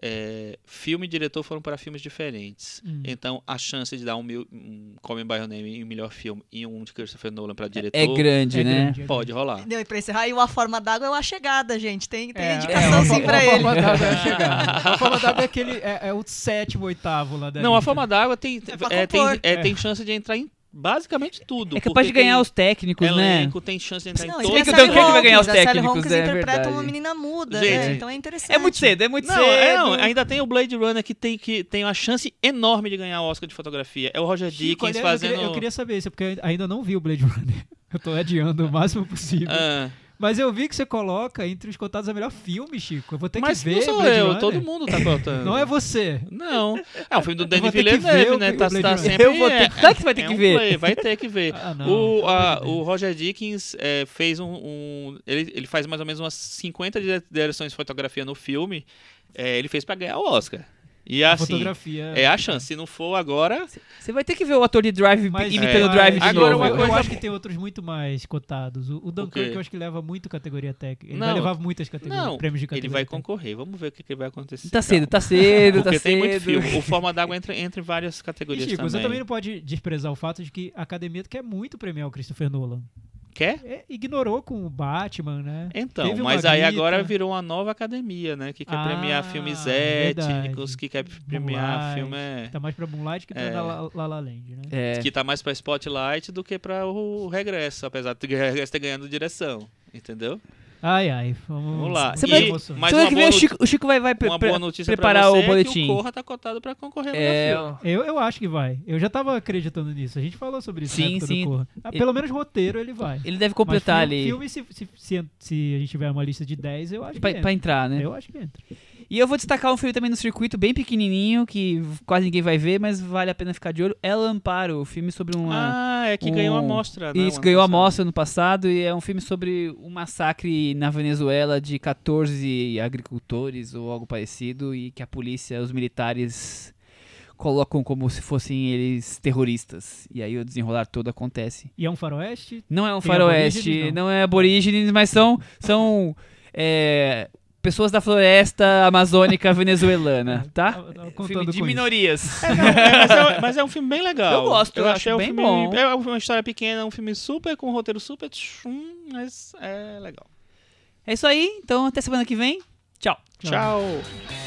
É, filme e diretor foram para filmes diferentes. Hum. Então, a chance de dar um, mil, um Call Me By Your Name em melhor filme e um de Christopher Nolan para diretor É grande, É né? grande, é pode rolar. Não, e pra encerrar, e o A Forma d'Água é o A Chegada, gente. Tem, tem É, indicação é, sim o- pra a ele. Forma d'Água é chegar. A Forma d'Água é aquele. É, é o sétimo, oitavo lá da Não, a lista. Forma d'Água tem, É pra é, tem, compor. é, É. tem chance de entrar em basicamente tudo. É capaz de porque ganhar tem os técnicos, né? elenco, tem chance de entrar Não, em e Quem tem que a o Sally Dunkirk vai ganhar os Hawkins, a Sally técnicos, Hawkins é interpreta verdade. uma menina muda, Gente, né? Então é interessante. É muito cedo, é muito Não, cedo. é, não, ainda tem o Blade Runner que tem, que tem uma chance enorme de ganhar o Oscar de fotografia. É o Roger Chico, Dickens aliás, fazendo. eu, queria, eu queria saber isso, porque eu ainda não vi o Blade Runner. Eu tô adiando o máximo possível. Ah, Mas eu vi que você coloca entre os contados a melhor filme, Chico. Eu vou ter mas que ver. não sou Blade eu, Runner. todo mundo tá contando. Não é você. Não. É um filme do Eu Denis vou ter que ver Villeneuve, o- né? o Tá, Blade tá Runner. sempre. Eu vou ter que- claro que você vai ter é que um ver. play, vai ter que ver. Ah, não. o, a- Pelo amor de o Deus. Roger Dickens é, fez um. um- ele, ele faz mais ou menos umas cinquenta dire- direções de fotografia no filme. É, ele fez pra ganhar o Oscar. E A assim. fotografia. É a chance. Se não for agora. Você vai ter que ver o ator de Drive Mas- imitando o é, Drive de agora novo. uma eu, eu coisa- acho que tem outros muito mais cotados. O, o Dunkirk quê? eu acho que leva muito categoria técnica. Ele Não. vai levar muitas categorias, Não, prêmios de ele categoria vai técnica. concorrer. Vamos ver o que, que vai acontecer. Tá cedo, tá cedo, tá Porque tem muito cedo. filme. O Forma d'Água entra, entra em várias E, categorias Chico, você também. também não pode desprezar o fato de que a academia quer muito premiar o Christopher Nolan. Quer? É, ignorou com o Batman, né? Então, Teve uma mas aí grita. agora virou uma nova academia, né? Que quer Ah, premiar filmes verdade. étnicos, que quer premiar Moonlight, filme é, Tá mais pra Moonlight que pra É. La, La, La La Land, né? É. que tá mais pra Spotlight do que pra o Regresso, apesar de o Regresso ter ganhando direção, entendeu? Ai, ai. Vamos, Vamos lá. vamos Você E- vai- emocionar. mas Semana uma que vem boa, o noti- Chico, o Chico vai, vai pre- uma pre- boa notícia preparar pra você o é que boletim. o Corra tá cotado pra concorrer ao É, melhor filme. Eu, eu acho que vai. Eu já tava acreditando nisso. A gente falou sobre isso Sim, na época sim. do Corra. Ah, Ele- pelo menos roteiro ele vai. ele deve Mas completar filme, ali filme se, se, se, se a gente tiver uma lista de dez, eu acho pra, que pra entra. entrar, né? Eu acho que entra. E eu vou destacar um filme também no circuito, bem pequenininho, que quase ninguém vai ver, mas vale a pena ficar de olho. El Amparo, o filme sobre uma... Ah, é que ganhou a um- mostra, né? Isso, o ano ganhou a passado. mostra no passado e é um filme sobre um massacre na Venezuela de catorze agricultores ou algo parecido e que a polícia, os militares colocam como se fossem eles terroristas. E aí o desenrolar todo acontece. E é um faroeste? Não é um Tem faroeste, aborígenes, não. é aborígenes, mas são, são é, pessoas da floresta amazônica venezuelana, tá? Tava- tava Filme contando de com isso. minorias. É, mas, é, mas é um filme bem legal. Eu gosto, eu achei acho um bem filme, bom. É uma história pequena, um filme super, com um roteiro super, tchum, mas é legal. É isso aí, então até semana que vem. Tchau. Tchau.